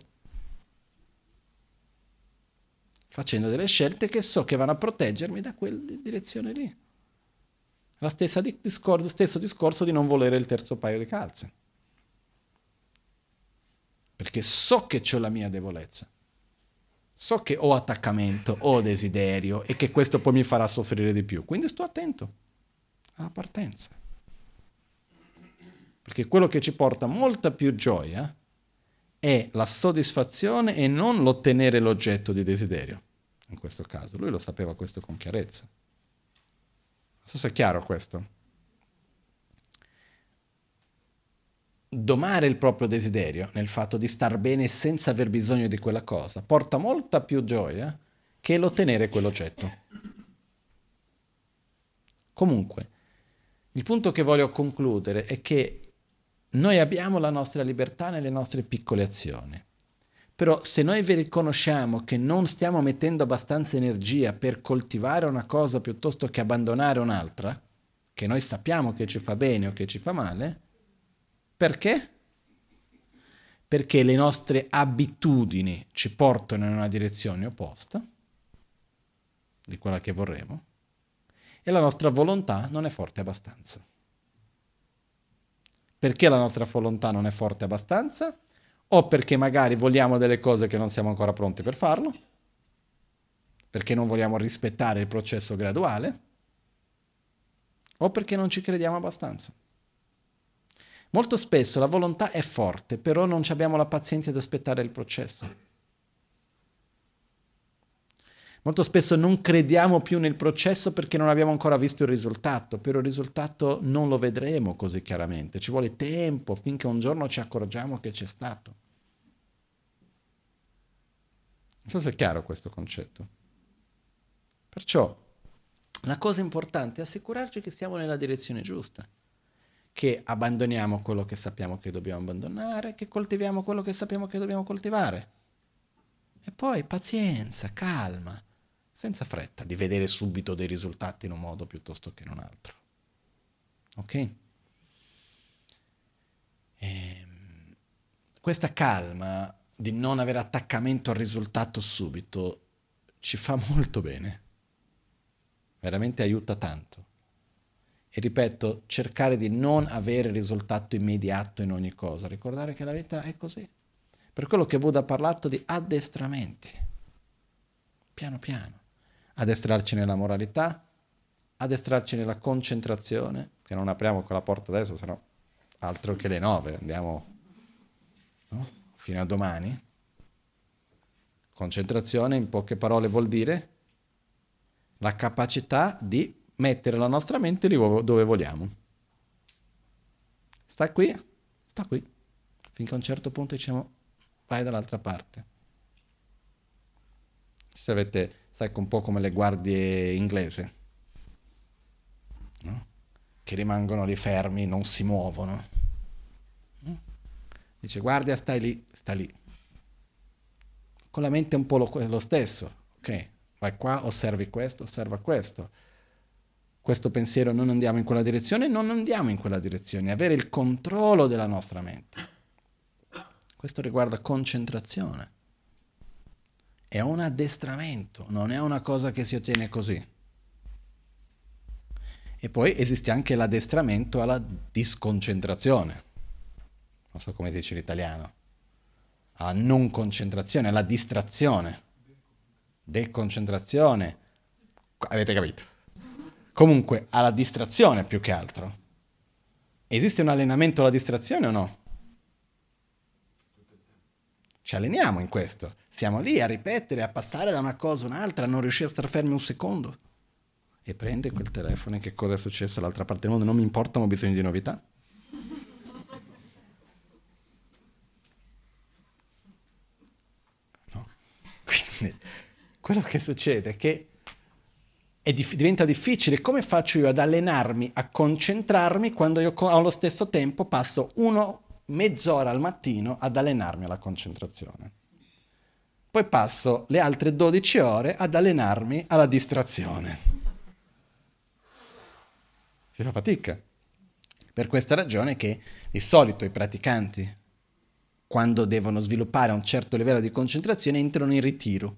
Facendo delle scelte che so che vanno a proteggermi da quella direzione lì. La stessa discorso, stesso discorso di non volere il terzo paio di calze. perché so che ho la mia debolezza. So che ho attaccamento, ho desiderio e che questo poi mi farà soffrire di più. Quindi sto attento alla partenza. Perché quello che ci porta molta più gioia è la soddisfazione e non l'ottenere l'oggetto di desiderio. In questo caso, lui lo sapeva questo con chiarezza. Non so se è chiaro questo. Domare il proprio desiderio nel fatto di star bene senza aver bisogno di quella cosa porta molta più gioia che l'ottenere quell'oggetto. Comunque, il punto che voglio concludere è che noi abbiamo la nostra libertà nelle nostre piccole azioni. Però se noi vi riconosciamo che non stiamo mettendo abbastanza energia per coltivare una cosa piuttosto che abbandonare un'altra, che noi sappiamo che ci fa bene o che ci fa male, perché? Perché le nostre abitudini ci portano in una direzione opposta di quella che vorremmo e la nostra volontà non è forte abbastanza. Perché la nostra volontà non è forte abbastanza? O perché magari vogliamo delle cose che non siamo ancora pronti per farlo, perché non vogliamo rispettare il processo graduale, o perché non ci crediamo abbastanza. Molto spesso la volontà è forte, però non abbiamo la pazienza di aspettare il processo. Molto spesso non crediamo più nel processo perché non abbiamo ancora visto il risultato, però il risultato non lo vedremo così chiaramente. Ci vuole tempo finché un giorno ci accorgiamo che c'è stato. Non so se è chiaro questo concetto. Perciò la cosa importante è assicurarci che stiamo nella direzione giusta, che abbandoniamo quello che sappiamo che dobbiamo abbandonare, che coltiviamo quello che sappiamo che dobbiamo coltivare. E poi pazienza, calma, senza fretta di vedere subito dei risultati in un modo piuttosto che in un altro. Ok? E questa calma di non avere attaccamento al risultato subito ci fa molto bene. Veramente aiuta tanto. E ripeto, cercare di non avere risultato immediato in ogni cosa. Ricordare che la vita è così. Per quello che Buddha ha parlato di addestramenti. Piano piano. Addestrarci nella moralità, addestrarci nella concentrazione, che non apriamo quella porta adesso, se no altro che le nove, andiamo, no? Fino a domani. Concentrazione, in poche parole, vuol dire la capacità di mettere la nostra mente dove vogliamo. Sta qui, sta qui, finché a un certo punto diciamo vai dall'altra parte. Se avete, sai, un po' come le guardie inglesi, no? Che rimangono lì fermi, non si muovono. No? Dice guardia, stai lì, sta lì. Con la mente è un po' lo, lo stesso, ok? Vai qua, osservi questo, osserva questo. Questo pensiero non andiamo in quella direzione, non andiamo in quella direzione. Avere il controllo della nostra mente. Questo riguarda concentrazione. È un addestramento, non è una cosa che si ottiene così. E poi esiste anche l'addestramento alla disconcentrazione. Non so come dice in italiano. Alla non concentrazione, alla distrazione. Deconcentrazione. Avete capito? Comunque, alla distrazione più che altro. Esiste un allenamento alla distrazione o no? Ci alleniamo in questo. Siamo lì a ripetere, a passare da una cosa a un'altra, a non riuscire a stare fermi un secondo. E prende quel telefono e che cosa è successo dall'altra parte del mondo? Non mi importa, ma ho bisogno di novità. No. Quindi, quello che succede è che E dif- diventa difficile. Come faccio io ad allenarmi, a concentrarmi quando io co- allo stesso tempo passo uno, mezz'ora al mattino ad allenarmi alla concentrazione? Poi passo le altre dodici ore ad allenarmi alla distrazione. Si fa fatica. Per questa ragione che di solito i praticanti, quando devono sviluppare un certo livello di concentrazione, entrano in ritiro.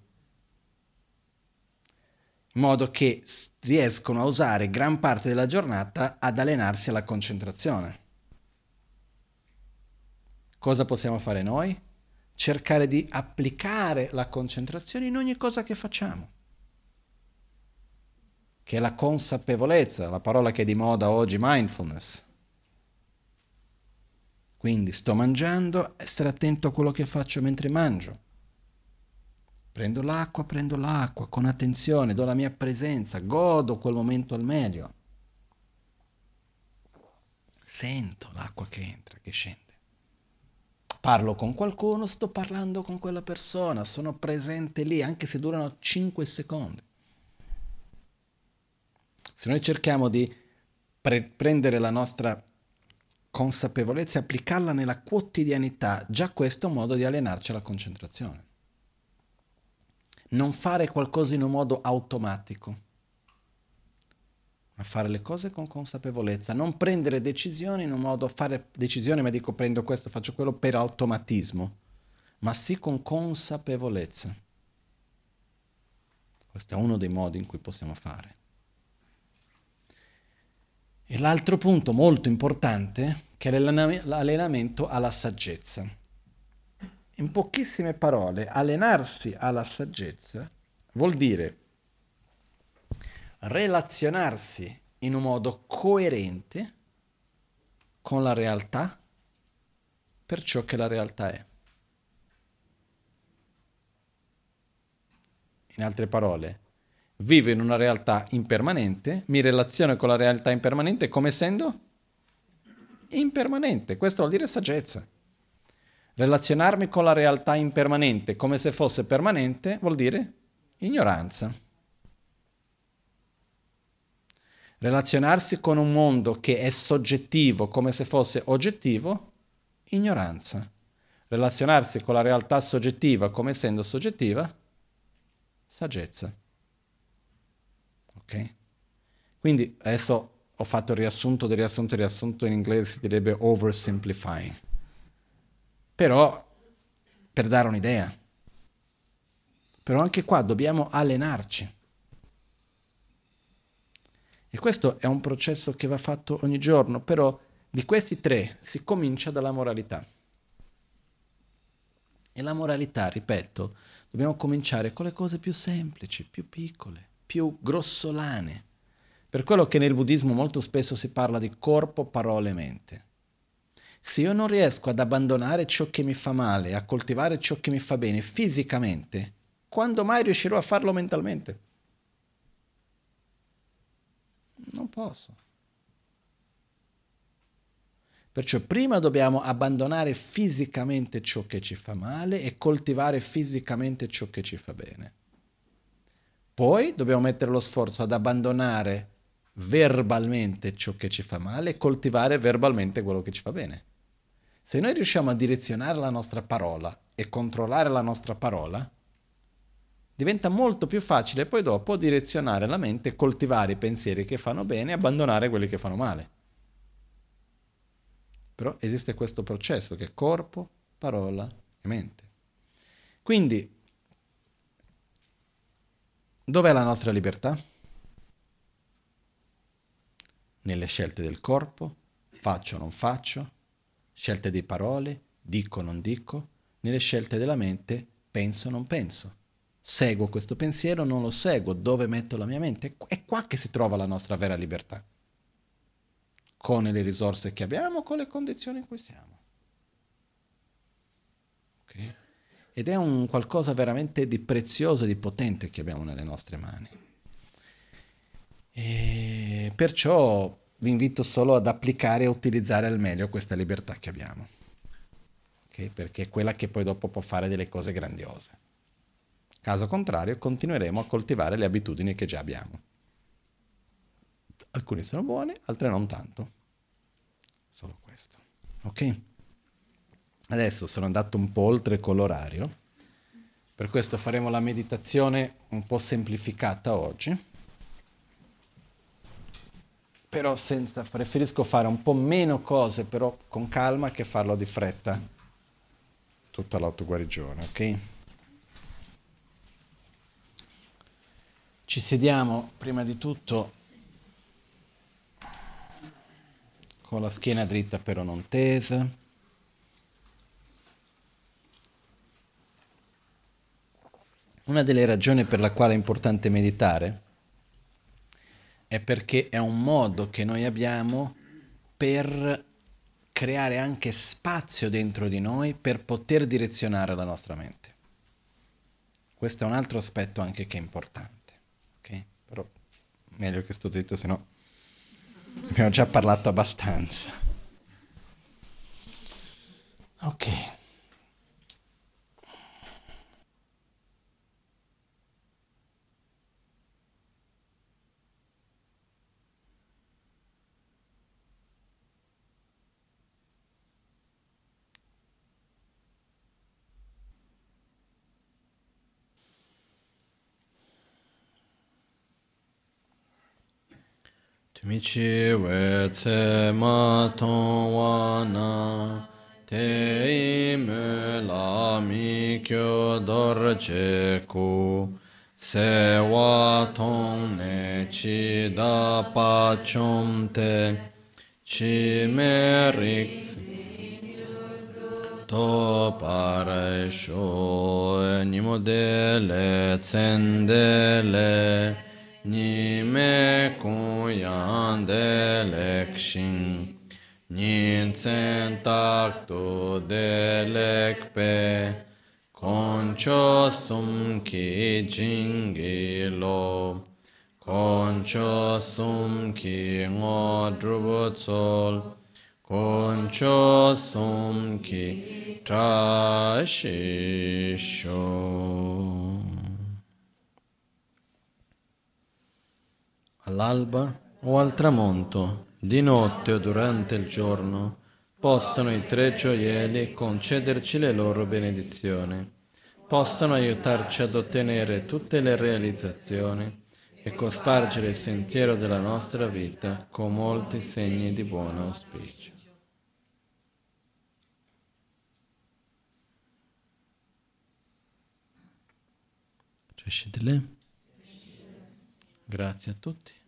In modo che riescono a usare gran parte della giornata ad allenarsi alla concentrazione. Cosa possiamo fare noi? cercare di applicare la concentrazione in ogni cosa che facciamo, che è la consapevolezza, la parola che è di moda oggi, mindfulness. Quindi sto mangiando, essere attento a quello che faccio mentre mangio. Prendo l'acqua, prendo l'acqua, con attenzione, do la mia presenza, godo quel momento al meglio. Sento l'acqua che entra, che scende. Parlo con qualcuno, sto parlando con quella persona, sono presente lì, anche se durano cinque secondi. Se noi cerchiamo di pre- prendere la nostra consapevolezza e applicarla nella quotidianità, già questo è un modo di allenarci alla concentrazione. Non fare qualcosa in un modo automatico, ma fare le cose con consapevolezza, non prendere decisioni in un modo, fare decisioni, ma dico prendo questo, faccio quello per automatismo, ma sì con consapevolezza. Questo è uno dei modi in cui possiamo fare. E l'altro punto molto importante, che è l'allenamento alla saggezza. In pochissime parole, allenarsi alla saggezza vuol dire relazionarsi in un modo coerente con la realtà per ciò che la realtà è. In altre parole, vivo in una realtà impermanente, mi relaziono con la realtà impermanente come essendo impermanente. Questo vuol dire saggezza. Relazionarmi con la realtà impermanente come se fosse permanente vuol dire ignoranza. Relazionarsi con un mondo che è soggettivo come se fosse oggettivo, ignoranza. Relazionarsi con la realtà soggettiva come essendo soggettiva, saggezza. Ok? Quindi adesso ho fatto il riassunto del riassunto del riassunto, in inglese si direbbe oversimplifying. Però, per dare un'idea, però anche qua dobbiamo allenarci. E questo è un processo che va fatto ogni giorno, però di questi tre si comincia dalla moralità. E la moralità, ripeto, dobbiamo cominciare con le cose più semplici, più piccole, più grossolane. Per quello che nel buddismo molto spesso si parla di corpo, parole e mente. Se io non riesco ad abbandonare ciò che mi fa male, a coltivare ciò che mi fa bene fisicamente, quando mai riuscirò a farlo mentalmente? Non posso. Perciò prima dobbiamo abbandonare fisicamente ciò che ci fa male e coltivare fisicamente ciò che ci fa bene. Poi dobbiamo mettere lo sforzo ad abbandonare verbalmente ciò che ci fa male e coltivare verbalmente quello che ci fa bene. Se noi riusciamo a direzionare la nostra parola e controllare la nostra parola, diventa molto più facile poi dopo direzionare la mente e coltivare i pensieri che fanno bene e abbandonare quelli che fanno male. Però esiste questo processo che è corpo, parola e mente. Quindi, dov'è la nostra libertà? Nelle scelte del corpo, faccio o non faccio, scelte di parole, dico o non dico, nelle scelte della mente, penso o non penso. Seguo questo pensiero o non lo seguo, dove metto la mia mente? È qua che si trova la nostra vera libertà. Con le risorse che abbiamo, con le condizioni in cui siamo. Okay? Ed è un qualcosa veramente di prezioso e di potente che abbiamo nelle nostre mani. E perciò vi invito solo ad applicare e utilizzare al meglio questa libertà che abbiamo. Okay? Perché è quella che poi dopo può fare delle cose grandiose. Caso contrario, continueremo a coltivare le abitudini che già abbiamo. Alcune sono buone, altre non tanto. Solo questo. Ok? Adesso sono andato un po' oltre con l'orario. Per questo faremo la meditazione un po' semplificata oggi. Però senza, preferisco fare un po' meno cose, però con calma, che farlo di fretta. Tutta l'autoguarigione, ok? Ci sediamo prima di tutto con la schiena dritta però non tesa. Una delle ragioni per la quale è importante meditare è perché è un modo che noi abbiamo per creare anche spazio dentro di noi per poter direzionare la nostra mente. Questo è un altro aspetto anche che è importante, ok? Però meglio che sto zitto, se no abbiamo già parlato abbastanza. Ok. Michi we tse ma tong wa na te ime la mi kyo dor che ku se wa tong ne chi da pa chom te chi me rik to pare sho ni mo de le tsen de le ni me kun yan de le kshin ni tsen tak to de lek pe koncho sum ki jingi lo koncho sum ki ngo drubo tsol koncho sum ki trashisho. All'alba o al tramonto, di notte o durante il giorno, possano i tre gioielli concederci le loro benedizioni, possano aiutarci ad ottenere tutte le realizzazioni e cospargere il sentiero della nostra vita con molti segni di buon auspicio. Grazie a tutti.